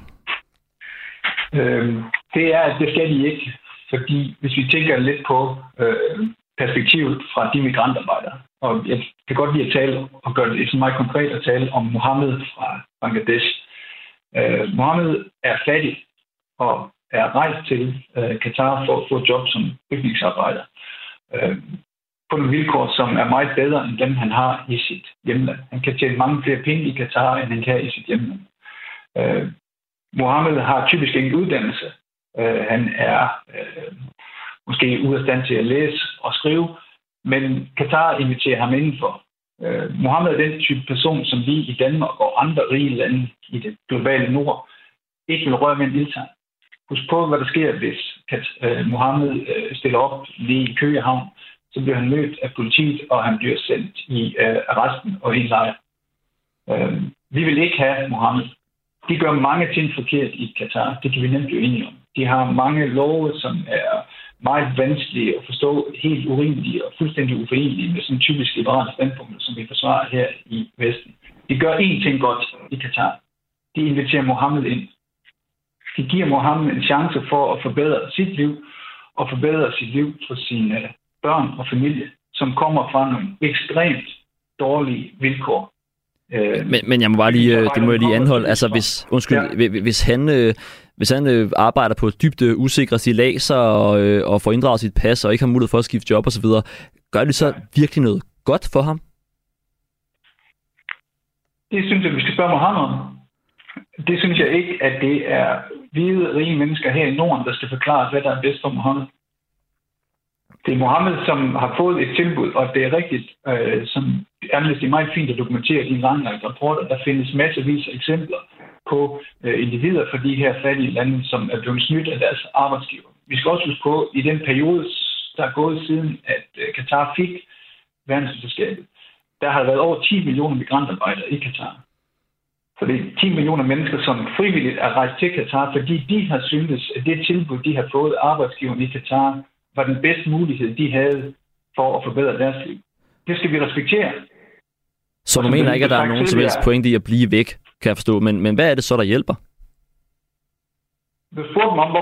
Det er, at det skal de ikke. Fordi hvis vi tænker lidt på perspektivet fra de migrantarbejdere, og jeg kan godt lide at tale og gøre det meget konkret at tale om Mohammed fra Bangladesh. Mohammed er fattig og er rejst til Katar for at få job som bygningsarbejder på nogle vilkår, som er meget bedre end dem, han har i sit hjemland. Han kan tjene mange flere penge i Katar, end han kan i sit hjemland. Mohammed har typisk ingen uddannelse. Han er måske ude af stand til at læse og skrive, men Katar inviterer ham indenfor. Mohammed er den type person, som vi i Danmark og andre rige lande i det globale nord ikke vil røre med en ildtang. Husk på, hvad der sker, hvis Mohammed stiller op lige i Køgehavn, så bliver han mødt af politiet, og han bliver sendt i arresten og i en lejr. Vi vil ikke have Mohammed. De gør mange ting forkert i Katar. Det kan vi nemt blive enige om. De har mange love, som er meget vanskelige at forstå, helt urimelige og fuldstændig uforenelige med sådan typisk liberale standpunkter, som vi forsvarer her i Vesten. De gør én ting godt i Katar. De inviterer Mohammed ind. De giver Mohammed en chance for at forbedre sit liv, og forbedre sit liv for sine børn og familie, som kommer fra nogle ekstremt dårlige vilkår. Men jeg må bare lige, det må jeg lige anholde. Altså hvis han arbejder på et dybt usikre stiladser og får inddraget sit pas og ikke har mulighed for at skifte job osv., gør det så virkelig noget godt for ham? Det synes jeg, vi skal spørge Mohammed om. Det synes jeg ikke, at det er hvide, rige mennesker her i Norden, der skal forklare, hvad der er bedst for Mohammed. Det er Mohammed, som har fået et tilbud, og det er rigtigt, som Amnesty meget fint at dokumentere i en lang række rapporter. Der findes masservis af eksempler på individer fra de her fattige lande, som er blevet snydt af deres arbejdsgiver. Vi skal også huske på, i den periode, der er gået siden, at Katar fik verdensmesterskabet, der har været over 10 millioner migrantarbejdere i Katar. Så det er 10 millioner mennesker, som frivilligt er rejst til Katar, fordi de har syntes, at det tilbud, de har fået arbejdsgiverne i Katar, var den bedste mulighed, de havde for at forbedre deres liv. Det skal vi respektere. Så du mener ikke, at der er nogen som helst pointe i at blive væk, kan jeg forstå. Men hvad er det så, der hjælper? Du spurgte mig om,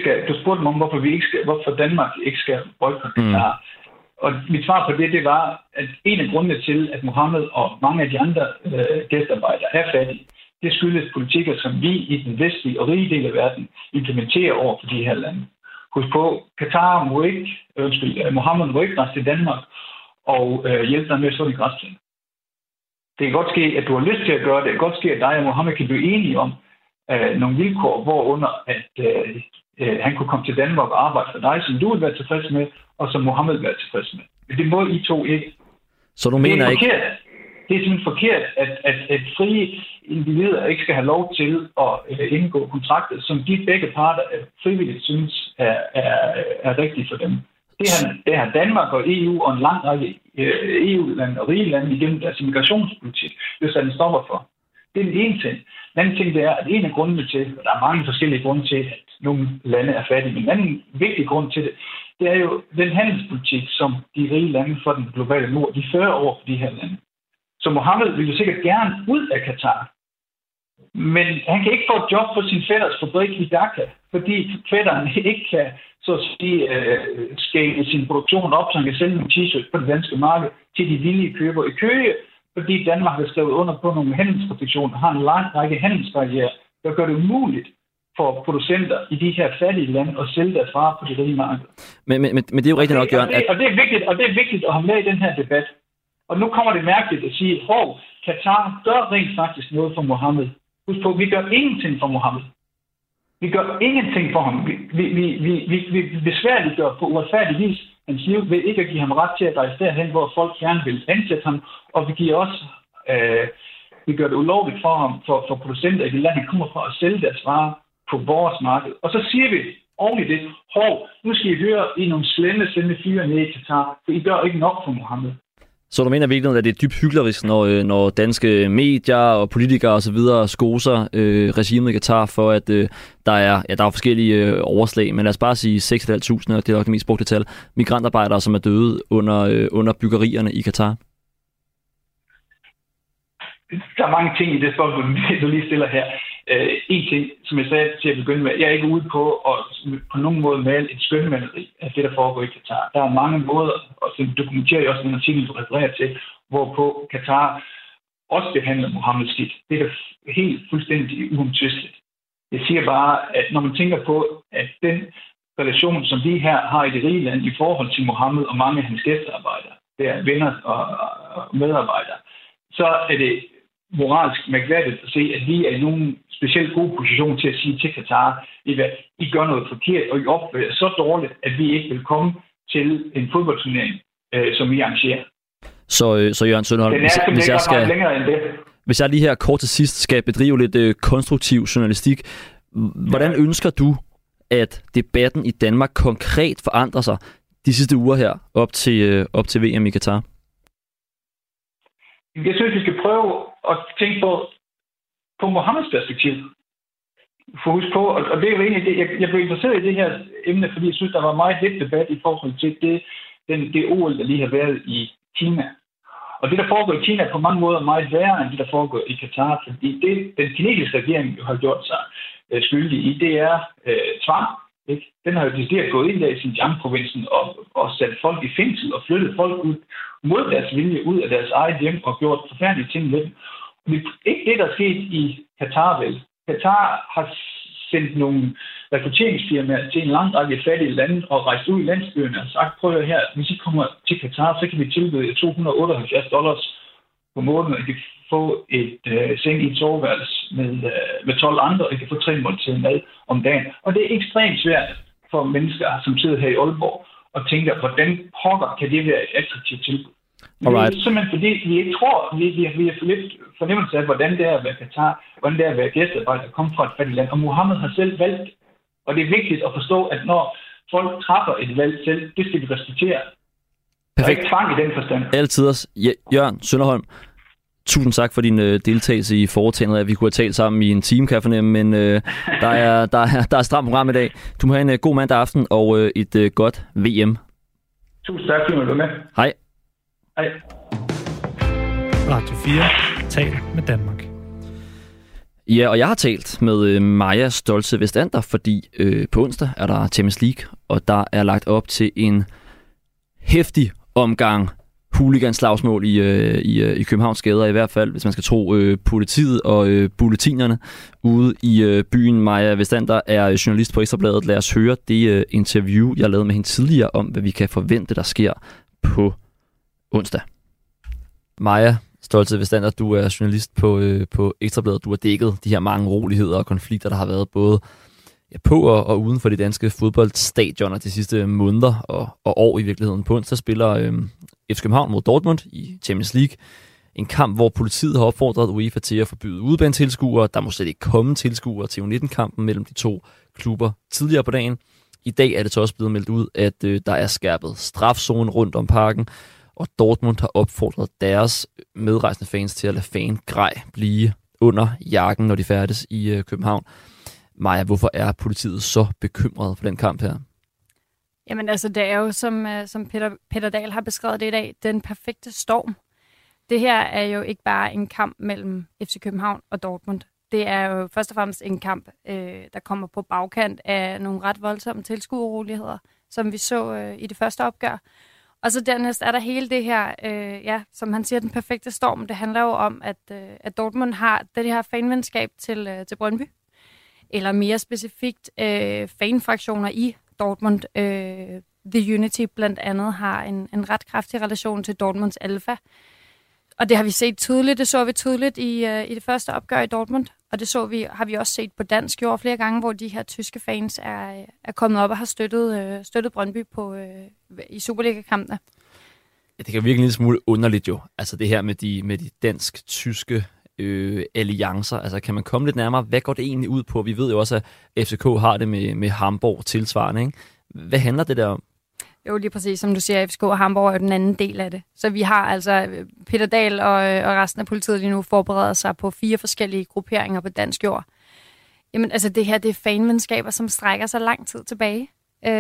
hvorfor Danmark ikke skal boykotte Katar. Og mit svar på det var, at en af grundene til, at Mohammed og mange af de andre gæstearbejdere er fattige, det skyldes politikker, som vi i den vestlige og rige del af verden implementerer over for de her lande. Husk på, Mohammed må ikke rejse til Danmark og hjælpe dig med at stå i græsplænen. Det kan godt ske, at du har lyst til at gøre det. Det kan godt ske, at dig og Mohammed kan blive enige om nogle vilkår, hvorunder at han kunne komme til Danmark og arbejde for dig, som du vil være tilfreds med, og som Mohammed vil være tilfreds med. Men det må I to ikke. Så du mener ikke? Det er simpelthen forkert, at frie individer ikke skal have lov til at indgå kontrakter, som de begge parter frivilligt synes er rigtigt for dem. Det har Danmark og EU og en lang række EU-lande og rige lande igennem deres immigrationspolitik, hvis den stopper for. Det er den ene ting. Den anden ting, det er, at en af grundene til, og der er mange forskellige grunde til, at nogle lande er fattige, men en anden vigtig grund til det, det er jo den handelspolitik, som de rige lande for den globale nord, de fører over for de her lande. Så Mohammed vil jo sikkert gerne ud af Katar, men han kan ikke få et job på sin fætters fabrik i Dhaka, fordi fætteren ikke kan så at sige, skale sin produktion op, så han kan sælge en t-shirt på det danske marked til de villige købere i Køge, fordi Danmark har skrevet under på nogle handelsrestriktioner og har en lang række handelsbarrierer, der gør det umuligt for producenter i de her fattige lande at sælge deres varer på de rige markeder. Men det er jo rigtigt nok, Jørgen. Og det er vigtigt at have med i den her debat. Og nu kommer det mærkeligt at sige, Katar gør rent faktisk noget for Mohammed. Husk på, vi gør ingenting for Mohammed. Vi gør ingenting for ham. Vi besværliggør på uretfærdig vis hans liv ved ikke at give ham ret til at rejse derhen, hvor folk gerne vil ansætte ham. Og vi giver også, vi gør det ulovligt for ham, for producenter i det land, han kommer fra at sælge deres varer på vores marked. Og så siger vi oven i det, nu skal I høre i nogle slemme fyre ned i Katar, for I gør ikke nok for Mohammed. Så du mener virkelig, at det er dybt hyklerisk, når danske medier og politikere og så videre skoser regimet i Katar for, at der er forskellige overslag, men lad os bare sige 6.500, og det er nok det mest brugte tal, migrantarbejdere, som er døde under byggerierne i Katar? Der er mange ting i det spørgsmål, du lige stiller her. En ting, som jeg sagde til at begynde med, jeg er ikke ude på at på nogen måde male et skønmaleri af det, der foregår i Katar. Der er mange måder, og det dokumenterer jeg også den artikel, du refererer til, hvorpå Katar også behandler Mohammed skidt. Det er da helt fuldstændig uomtvisteligt. Jeg siger bare, at når man tænker på, at den relation, som vi her har i det rige land i forhold til Mohammed og mange af hans gæstearbejdere, det er venner og medarbejdere, så er det moralsk mærkværdigt at se, at vi er i nogen specielt god position til at sige til Katar, I gør noget forkert, og I opfører så dårligt, at vi ikke vil komme til en fodboldturnering, som vi arrangerer. Så Jørgen Sønderholm, hvis jeg lige her kort til sidst skal bedrive lidt konstruktiv journalistik, hvordan ønsker du, at debatten i Danmark konkret forandrer sig de sidste uger her op til VM i Katar? Jeg synes, vi skal prøve at tænke på Mohammeds perspektiv. For husk på, og det er jo egentlig det, jeg blev interesseret i det her emne, fordi jeg synes, der var meget lidt debat i forhold til det OL, der lige har været i Kina. Og det, der foregår i Kina, er på mange måder meget værre end det, der foregår i Katar, fordi det, den kinesiske regering har gjort sig skyldig i, det er tvang. Ikke? Den har jo decideret gået ind der i Xinjiang-provinsen og sat folk i fængsel og flyttet folk ud mod deres vilje ud af deres eget hjem og gjort forfærdelige ting med dem. Og det er ikke det, der er sket i Katar, vel. Katar har sendt nogle rekrutteringsfirmaer til en lang række fattige lande og rejst ud i landsbyerne og sagt, prøv her, hvis I kommer til Katar, så kan vi tilbyde $278 på måneden, og I kan få et seng i et soveværelse med 12 andre, og I kan få 3 måltider mad om dagen. Og det er ekstremt svært for mennesker, som sidder her i Aalborg, og tænker, hvordan pokker kan det være et attraktivt tilbud? Men det er simpelthen fordi, vi ikke tror, vi har for lidt fornemmelse af, hvordan det er at være Katar, hvordan det er at være gæstearbejder, der kommer fra et fattigt land. Og Mohammed har selv valgt, og det er vigtigt at forstå, at når folk træffer et valg selv, det skal vi respektere. Perfekt. Der er ikke tvang i den forstand. Altid os. Jørgen Sønderholm, tusind tak for din deltagelse i foretagendet, at vi kunne have talt sammen i en time, kan jeg fornemme, men der er stramt program i dag. Du må have en god mandag aften og et godt VM. Tusind tak, fordi du var med. Hej. Hej. Radio 4 taler med Danmark. Ja, og jeg har talt med Maja Stoltze Vestander, fordi på onsdag er der Champions League, og der er lagt op til en heftig omgang hooliganslagsmål i Københavns gader, i hvert fald, hvis man skal tro politiet og bulletinerne ude i byen. Maja Vestander er journalist på Ekstra Bladet. Lad os høre det interview, jeg lavede med hende tidligere, om hvad vi kan forvente, der sker på onsdag. Maja Stoltze Vestander, du er journalist på Ekstra Bladet. Du har dækket de her mange roligheder og konflikter, der har været både på og uden for de danske fodboldstadioner de sidste måneder og år i virkeligheden. På onsdag spiller FC København mod Dortmund i Champions League. En kamp, hvor politiet har opfordret UEFA til at forbyde udebanetilskuere. Der må slet ikke komme tilskuere til U19-kampen mellem de to klubber tidligere på dagen. I dag er det så også blevet meldt ud, at der er skærpet strafzone rundt om parken, og Dortmund har opfordret deres medrejsende fans til at lade fangrej blive under jakken, når de færdes i København. Maja, hvorfor er politiet så bekymret for den kamp her? Jamen altså, det er jo, som Peter Dahl har beskrevet det i dag, den perfekte storm. Det her er jo ikke bare en kamp mellem FC København og Dortmund. Det er jo først og fremmest en kamp, der kommer på bagkant af nogle ret voldsomme tilskueroligheder, som vi så i det første opgør. Og så dernæst er der hele det her, som han siger, den perfekte storm. Det handler jo om, at Dortmund har det her fanvenskab til Brøndby. Eller mere specifikt fanfraktioner i Dortmund. The Unity blandt andet har en ret kraftig relation til Dortmunds Alfa. Og det har vi set tydeligt. Det så vi tydeligt i det første opgør i Dortmund. Og det har vi også set på dansk jord flere gange, hvor de her tyske fans er kommet op og har støttet Brøndby i Superliga-kampene. Ja, det kan virke en lille smule underligt jo. Altså det her med de dansk-tyske alliancer. Altså kan man komme lidt nærmere? Hvad går det egentlig ud på? Vi ved jo også, at FCK har det med Hamburg tilsvarende, ikke? Hvad handler det der om? Jo, lige præcis. Som du siger, FCK og Hamburg er jo den anden del af det. Så vi har altså Peter Dahl og resten af politiet lige nu forbereder sig på 4 forskellige grupperinger på dansk jord. Jamen altså det her, det er fanvenskaber, som strækker sig lang tid tilbage.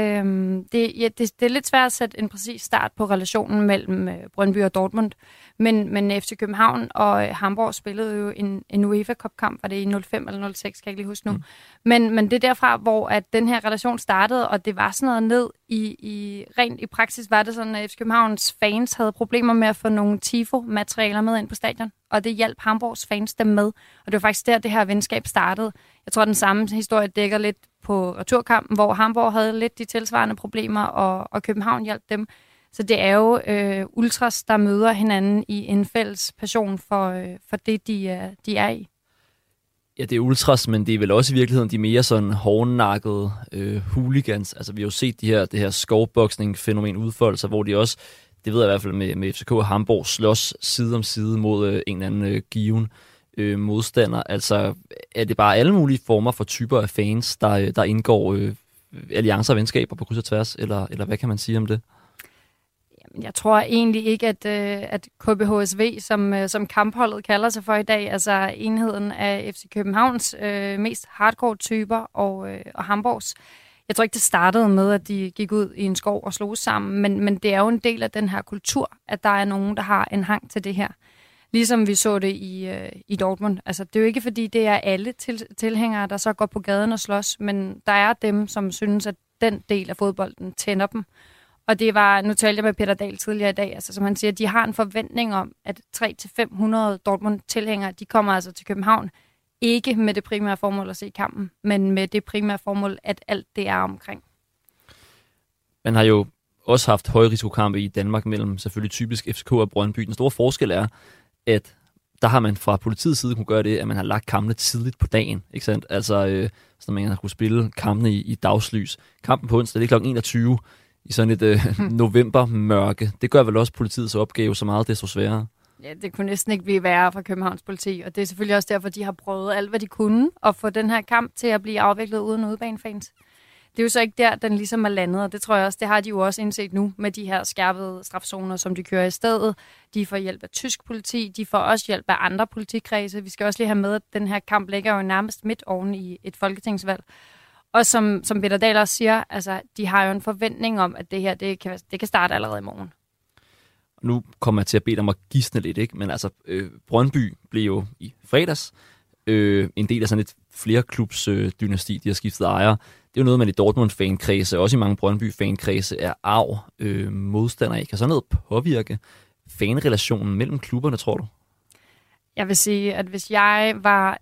Det er lidt svært at sætte en præcis start på relationen mellem Brøndby og Dortmund, men FC København og Hamburg spillede jo en UEFA Cup-kamp, var det i 05 eller 06, kan jeg ikke lige huske nu. Men det er derfra, hvor at den her relation startede, og det var sådan noget ned rent i praksis var det sådan, at FC Københavns fans havde problemer med at få nogle tifo-materialer med ind på stadion, og det hjalp Hamburgs fans dem med, og det var faktisk der, det her venskab startede. Jeg tror, den samme historie dækker lidt på returkampen, hvor Hamburg havde lidt de tilsvarende problemer, og København hjalp dem. Så det er jo ultras, der møder hinanden i en fælles passion for det, de er i. Ja, det er ultras, men det er vel også i virkeligheden de mere sådan hårdnakkede hooligans. Altså vi har jo set det her skovboksning-fænomen udfolde sig, hvor de også, det ved jeg i hvert fald med FCK og Hamburg, slås side om side mod en eller anden given modstander. Altså er det bare alle mulige former for typer af fans, der indgår alliancer og venskaber på kryds og tværs, eller hvad kan man sige om det? Jeg tror egentlig ikke, at KBHSV, som kampholdet kalder sig for i dag, altså enheden af FC Københavns mest hardcore typer og Hamburgs. Jeg tror ikke, det startede med, at de gik ud i en skov og sloges sammen, men det er jo en del af den her kultur, at der er nogen, der har en hang til det her. Ligesom vi så det i Dortmund. Altså, det er jo ikke, fordi det er alle tilhængere, der så går på gaden og slås, men der er dem, som synes, at den del af fodbolden tænder dem. Og det var, nu talte jeg med Peter Dahl tidligere i dag, altså som han siger, de har en forventning om, at 300-500 Dortmund-tilhængere, de kommer altså til København, ikke med det primære formål at se kampen, men med det primære formål, at alt det er omkring. Man har jo også haft højrisikokampe i Danmark mellem selvfølgelig typisk FCK og Brøndby. Den store forskel er, at der har man fra politiets side kunne gøre det, at man har lagt kampene tidligt på dagen, ikke sandt? Altså, så man har kunne spille kampene i dagslys. Kampen på onsdag, det er kl. 21. i sådan et novembermørke. Det gør vel også politiets opgave så meget desto sværere. Ja, det kunne næsten ikke blive værre for Københavns politi, og det er selvfølgelig også derfor, de har prøvet alt, hvad de kunne, at få den her kamp til at blive afviklet uden udebanefans. Det er jo så ikke der, den ligesom er landet, og det tror jeg også, det har de jo også indset nu med de her skærpede strafzoner, som de kører i stedet. De får hjælp af tysk politi, de får også hjælp af andre politikredse. Vi skal også lige have med, at den her kamp ligger jo nærmest midt oven i et folketingsvalg. Og som Peter Dahl også siger, altså, de har jo en forventning om, at det her det kan starte allerede i morgen. Nu kommer jeg til at bede dig om at gisne lidt, ikke? Men altså, Brøndby blev jo i fredags en del af sådan et flerklubs-dynasti, de har skiftet ejere. Det er jo noget, man i Dortmund-fankredse, også i mange Brøndby-fankredse, er modstander af. Kan sådan noget påvirke fanrelationen mellem klubberne, tror du? Jeg vil sige, at hvis jeg var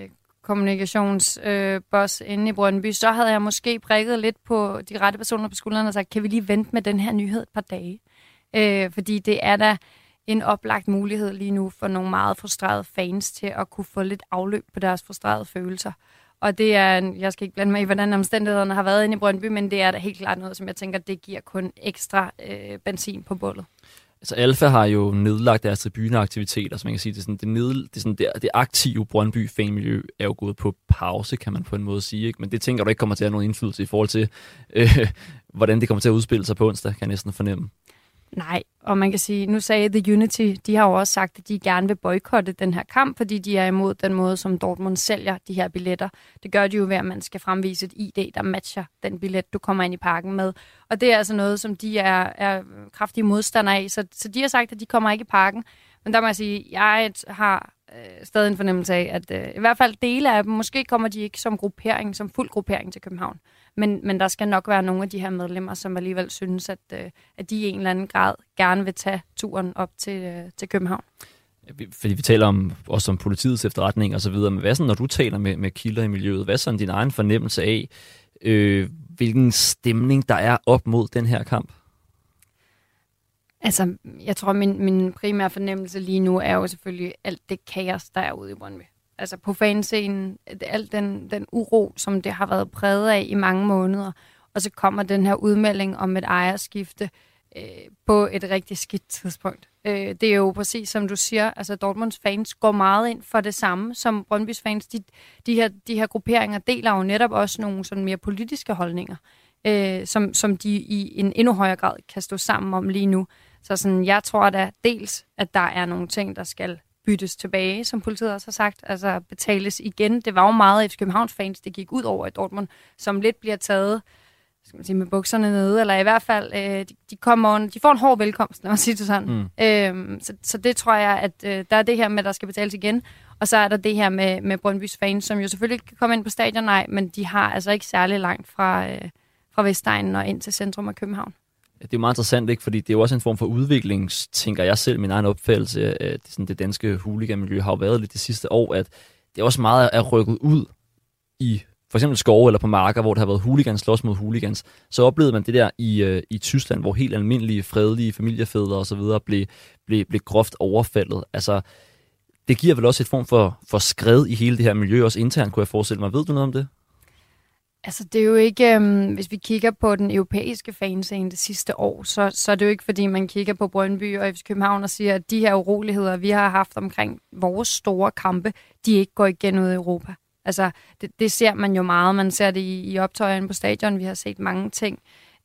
kommunikationsboss inde i Brøndby, så havde jeg måske prikket lidt på de rette personer på skuldrene og sagt, kan vi lige vente med den her nyhed et par dage? Fordi det er da en oplagt mulighed lige nu for nogle meget frustrerede fans til at kunne få lidt afløb på deres frustrerede følelser. Og det er, jeg skal ikke blande mig i, hvordan omstændighederne har været inde i Brøndby, men det er da helt klart noget, som jeg tænker, det giver kun ekstra benzin på bålet. Altså Alfa har jo nedlagt deres tribuneaktiviteter, så man kan sige, det aktive Brøndby-fanmiljø er jo gået på pause, kan man på en måde sige, ikke? Men det tænker du ikke kommer til at have nogen indflydelse i forhold til, hvordan det kommer til at udspille sig på onsdag, kan jeg næsten fornemme. Nej, og man kan sige, nu sagde The Unity, de har jo også sagt, at de gerne vil boykotte den her kamp, fordi de er imod den måde, som Dortmund sælger de her billetter. Det gør de jo ved, at man skal fremvise et ID, der matcher den billet, du kommer ind i parken med. Og det er altså noget, som de er kraftige modstandere af, så de har sagt, at de kommer ikke i parken. Men der må jeg sige, jeg har stadig en fornemmelse af, at i hvert fald dele af dem, måske kommer de ikke som gruppering, som fuld gruppering til København. Men der skal nok være nogle af de her medlemmer, som alligevel synes, at de i en eller anden grad gerne vil tage turen op til København. Fordi vi taler også om politiets efterretning og så videre, men hvad så, når du taler med kilder i miljøet? Hvad er sådan din egen fornemmelse af, hvilken stemning der er op mod den her kamp? Altså, jeg tror, min primære fornemmelse lige nu er jo selvfølgelig alt det kaos, der er ude i Brøndby. Altså på fanscenen, al den uro, som det har været præget af i mange måneder. Og så kommer den her udmelding om et ejerskifte på et rigtig skidt tidspunkt. Det er jo præcis som du siger, altså Dortmunds fans går meget ind for det samme som Brøndbys fans. De her grupperinger deler jo netop også nogle sådan mere politiske holdninger, som de i en endnu højere grad kan stå sammen om lige nu. Så sådan, jeg tror da dels, at der er nogle ting, der skal byttes tilbage, som politiet også har sagt, altså betales igen. Det var jo meget FC Københavns fans, det gik ud over i Dortmund, som lidt bliver taget, skal man sige, med bukserne nede, eller i hvert fald, de får en hård velkomst, når man siger det sådan. Så det tror jeg, at der er det her med, der skal betales igen, og så er der det her med Brøndbys fans, som jo selvfølgelig kan komme ind på stadion, nej, men de har altså ikke særlig langt fra Vestegnen og ind til centrum af København. Det er jo meget interessant, ikke? Fordi det er jo også en form for udvikling, tænker jeg selv, min egen opfattelse af det danske hooliganmiljø har jo været lidt det sidste år, at det også meget er rykket ud i for eksempel skove eller på marker, hvor der har været hooligans slås mod hooligans. Så oplevede man det der i Tyskland, hvor helt almindelige, fredelige familiefædre og så videre blev groft overfaldet. Altså, det giver vel også et form for skred i hele det her miljø, også internt, kunne jeg forestille mig. Ved du noget om det? Altså, det er jo ikke, hvis vi kigger på den europæiske fanscene det sidste år, så er det jo ikke, fordi man kigger på Brøndby og FC København og siger, at de her uroligheder, vi har haft omkring vores store kampe, de ikke går igen ud i Europa. Altså, det ser man jo meget. Man ser det i optøjerne på stadion. Vi har set mange ting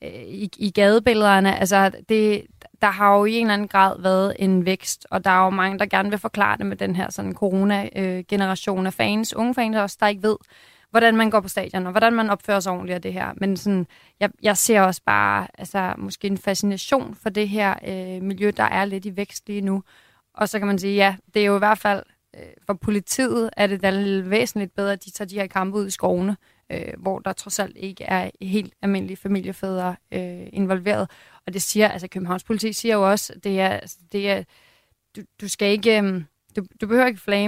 i gadebillederne. Altså, der har jo i en eller anden grad været en vækst, og der er jo mange, der gerne vil forklare det med den her sådan corona-generation af fans, unge fans også, der ikke ved, hvordan man går på stadion, og hvordan man opfører sig ordentligt af det her. Men sådan, jeg ser også bare altså, måske en fascination for det her miljø, der er lidt i vækst lige nu. Og så kan man sige, ja, det er jo i hvert fald for politiet, er det da væsentligt bedre, at de tager de her kampe ud i skovene, hvor der trods alt ikke er helt almindelige familiefædre involveret. Og det siger, altså Københavns politi siger jo også, det er du skal ikke, du behøver ikke flage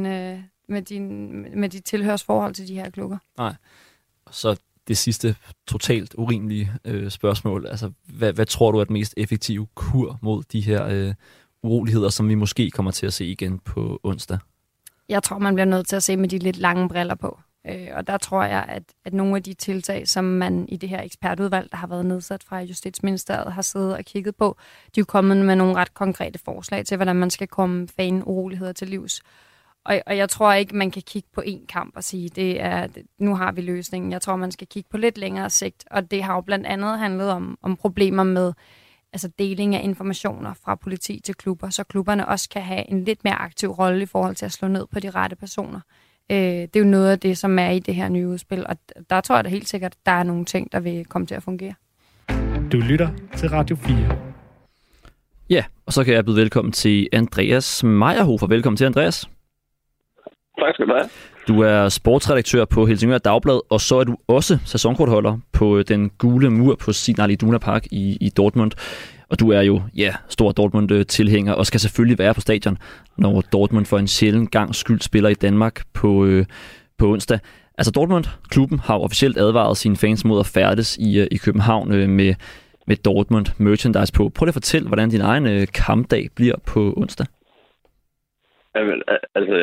med dit tilhørsforhold til de her klubber. Nej. Så det sidste totalt urimelige spørgsmål. Altså, hvad tror du er den mest effektive kur mod de her uroligheder, som vi måske kommer til at se igen på onsdag? Jeg tror, man bliver nødt til at se med de lidt lange briller på. Og der tror jeg, at nogle af de tiltag, som man i det her ekspertudvalg, der har været nedsat fra Justitsministeriet, har siddet og kigget på, de er jo kommet med nogle ret konkrete forslag til, hvordan man skal komme fanuroligheder til livs. Og jeg tror ikke, man kan kigge på én kamp og sige, nu har vi løsningen. Jeg tror, man skal kigge på lidt længere sigt. Og det har jo blandt andet handlet om problemer med deling af informationer fra politi til klubber, så klubberne også kan have en lidt mere aktiv rolle i forhold til at slå ned på de rette personer. Det er jo noget af det, som er i det her nye udspil, og der tror jeg da helt sikkert, at der er nogle ting, der vil komme til at fungere. Du lytter til Radio 4. Ja, og så kan jeg byde velkommen til Andreas Meyerhofer. Velkommen til, Andreas. Tak skal du have. Du er sportsredaktør på Helsingør Dagblad, og så er du også sæsonkortholder på den gule mur på Signal Iduna Park i Dortmund. Og du er jo, stor Dortmund-tilhænger og skal selvfølgelig være på stadion, når Dortmund for en sjælden gang skyld spiller i Danmark på onsdag. Altså Dortmund-klubben har jo officielt advaret sine fans mod at færdes i København med Dortmund merchandise på. Prøv lige at fortælle, hvordan din egen kampdag bliver på onsdag. Jamen, altså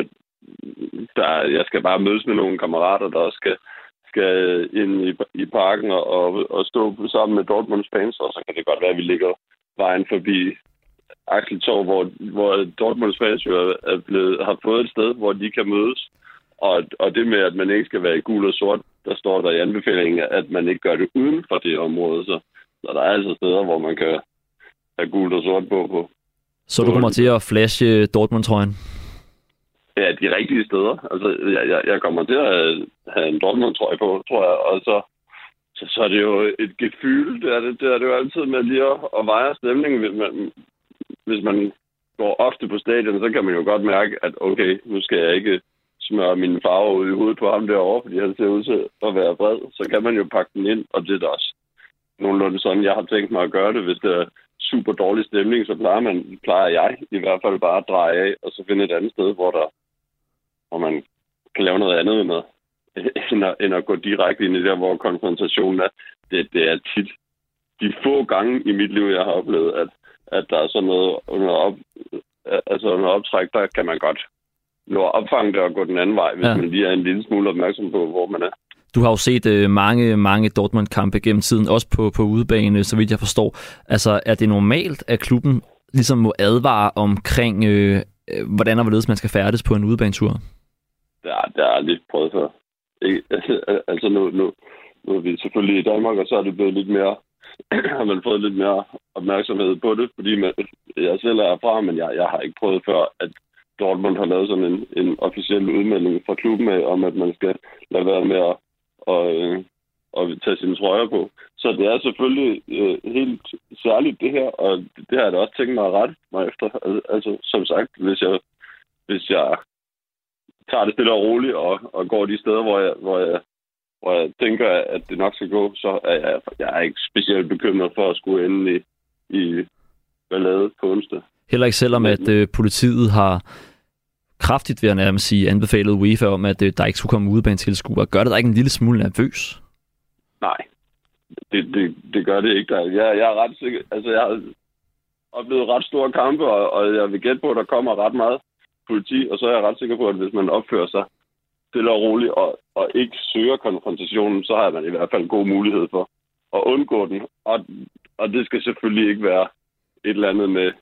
jeg skal bare mødes med nogle kammerater, der også skal ind i parken og stå sammen med Dortmunds fans, og så kan det godt være, at vi ligger vejen forbi Axeltorv, hvor Dortmunds fans jo har fået et sted, hvor de kan mødes. Og det med, at man ikke skal være i gul og sort, der står der i anbefalingen, at man ikke gør det uden for det område. Så der er altså steder, hvor man kan have gul og sort på. Så du kommer til at flashe Dortmund-trøjen? Ja, de rigtige steder. Altså, jeg kommer til at have en Dortmund-trøje på, tror jeg. Og så er det jo et gefyl. Det er det jo altid med lige at veje stemningen. Hvis man går ofte på stadion, så kan man jo godt mærke, at okay, nu skal jeg ikke smøre mine farver ud i hovedet på ham derovre, fordi han ser ud til at være bred. Så kan man jo pakke den ind, og det er da også nogenlunde sådan, jeg har tænkt mig at gøre det. Hvis det er super dårlig stemning, så plejer jeg i hvert fald bare at dreje af, og så finde et andet sted, hvor man kan lave noget andet end at gå direkte ind i der, hvor konfrontationen er. Det er tit de få gange i mit liv, jeg har oplevet, at der er sådan noget under optræk, der kan man godt nå at opfange det og gå den anden vej, hvis man lige er en lille smule opmærksom på, hvor man er. Du har jo set mange Dortmund-kampe gennem tiden, også på udebane, så vidt jeg forstår. Altså, er det normalt, at klubben ligesom må advare omkring, hvordan og hvorledes man skal færdes på en udebanetur? Det har jeg lidt prøvet før. Altså, nu er vi selvfølgelig i Danmark, og så er det blevet lidt mere, har man fået lidt mere opmærksomhed på det, fordi jeg selv er erfaren, men jeg har ikke prøvet før, at Dortmund har lavet sådan en officiel udmelding fra klubben af, om at man skal lade være med at tage sine trøjer på. Så det er selvfølgelig helt særligt det her, og det har jeg da også tænkt mig at rette mig efter. Altså, som sagt, hvis jeg tager det stille og roligt og går de steder, hvor jeg tænker, at det nok skal gå, så er jeg ikke specielt bekymret for at skulle ende i ballade på onsdag. Heller ikke selvom, at politiet har kraftigt, vil jeg nærmest sige, anbefalet UEFA om, at der ikke skulle komme udebanetilskuere. Gør det dig ikke en lille smule nervøs? Nej, det gør det ikke. Jeg er ret sikker. Altså, jeg har oplevet ret store kampe, og jeg vil gætte på, at der kommer ret meget politi, og så er jeg ret sikker på, at hvis man opfører sig stille og roligt og ikke søger konfrontationen, så har man i hvert fald god mulighed for at undgå den. Og det skal selvfølgelig ikke være et eller andet med,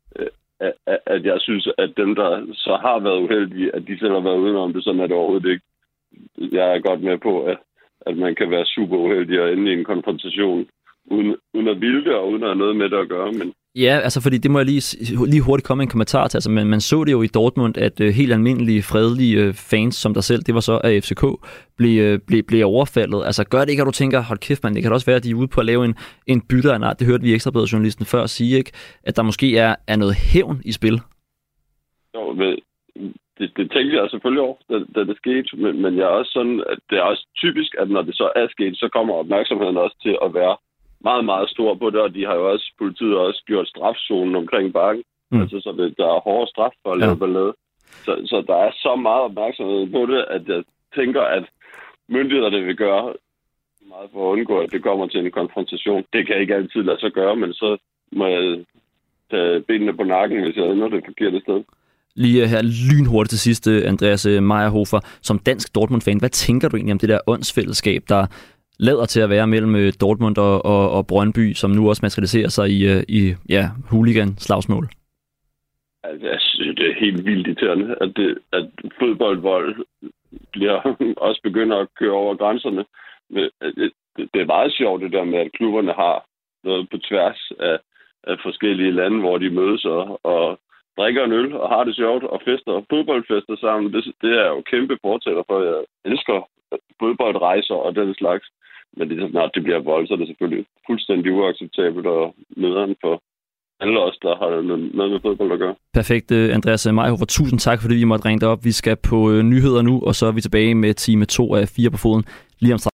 at jeg synes, at dem, der så har været uheldige, at de selv har været udenom det, sådan er det overhovedet ikke. Jeg er godt med på, at man kan være super uheldig og ende i en konfrontation uden at ville det, og uden at have noget med det at gøre. Men ja, altså fordi det må jeg lige hurtigt komme en kommentar til. Altså, man så det jo i Dortmund, at helt almindelige, fredelige fans, som der selv, det var så af FCK, blev overfaldet. Altså gør det ikke, at du tænker, hold kæft mand, det kan også være, at de er ude på at lave en bytte af en art. Det hørte vi Ekstrabladet-journalisten før sige, ikke? At der måske er noget hævn i spil. Jo, det tænkte jeg selvfølgelig over, da det skete, men jeg er også sådan, at det er også typisk, at når det så er sket, så kommer opmærksomheden også til at være meget, meget stor på det, og de har jo også, politiet har også gjort strafzonen omkring bakken. Altså, så der er hårde straf for at lave ballade. Så der er så meget opmærksomhed på det, at jeg tænker, at myndighederne vil gøre meget for at undgå, at det kommer til en konfrontation. Det kan ikke altid lade sig gøre, men så må jeg tage benene på nakken, hvis jeg ender det forkerte sted. Lige her lynhurtigt til sidst, Andreas Meyerhofer, som dansk Dortmund-fan, hvad tænker du egentlig om det der åndsfællesskab, der lader til at være mellem Dortmund og Brøndby, som nu også materialiserer sig i hooligan-slagsmål? Altså, jeg synes, det er helt vildt irriterende, at fodboldvold også begynder at køre over grænserne. Men det er meget sjovt det der med, at klubberne har noget på tværs af forskellige lande, hvor de mødes og drikker en øl og har det sjovt og fester fodboldfester sammen. Det er jo kæmpe fortæller for, jeg elsker fodboldrejser og den slags. Men det er snart det bliver vold, så er det selvfølgelig fuldstændig uacceptabelt og nederen for alle os, der har noget med fodbold at gøre. Perfekt, Andreas Meyerhofer. Tusind tak, fordi vi måtte ringe dig op. Vi skal på nyheder nu, og så er vi tilbage med time 2 af 4 på foden lige om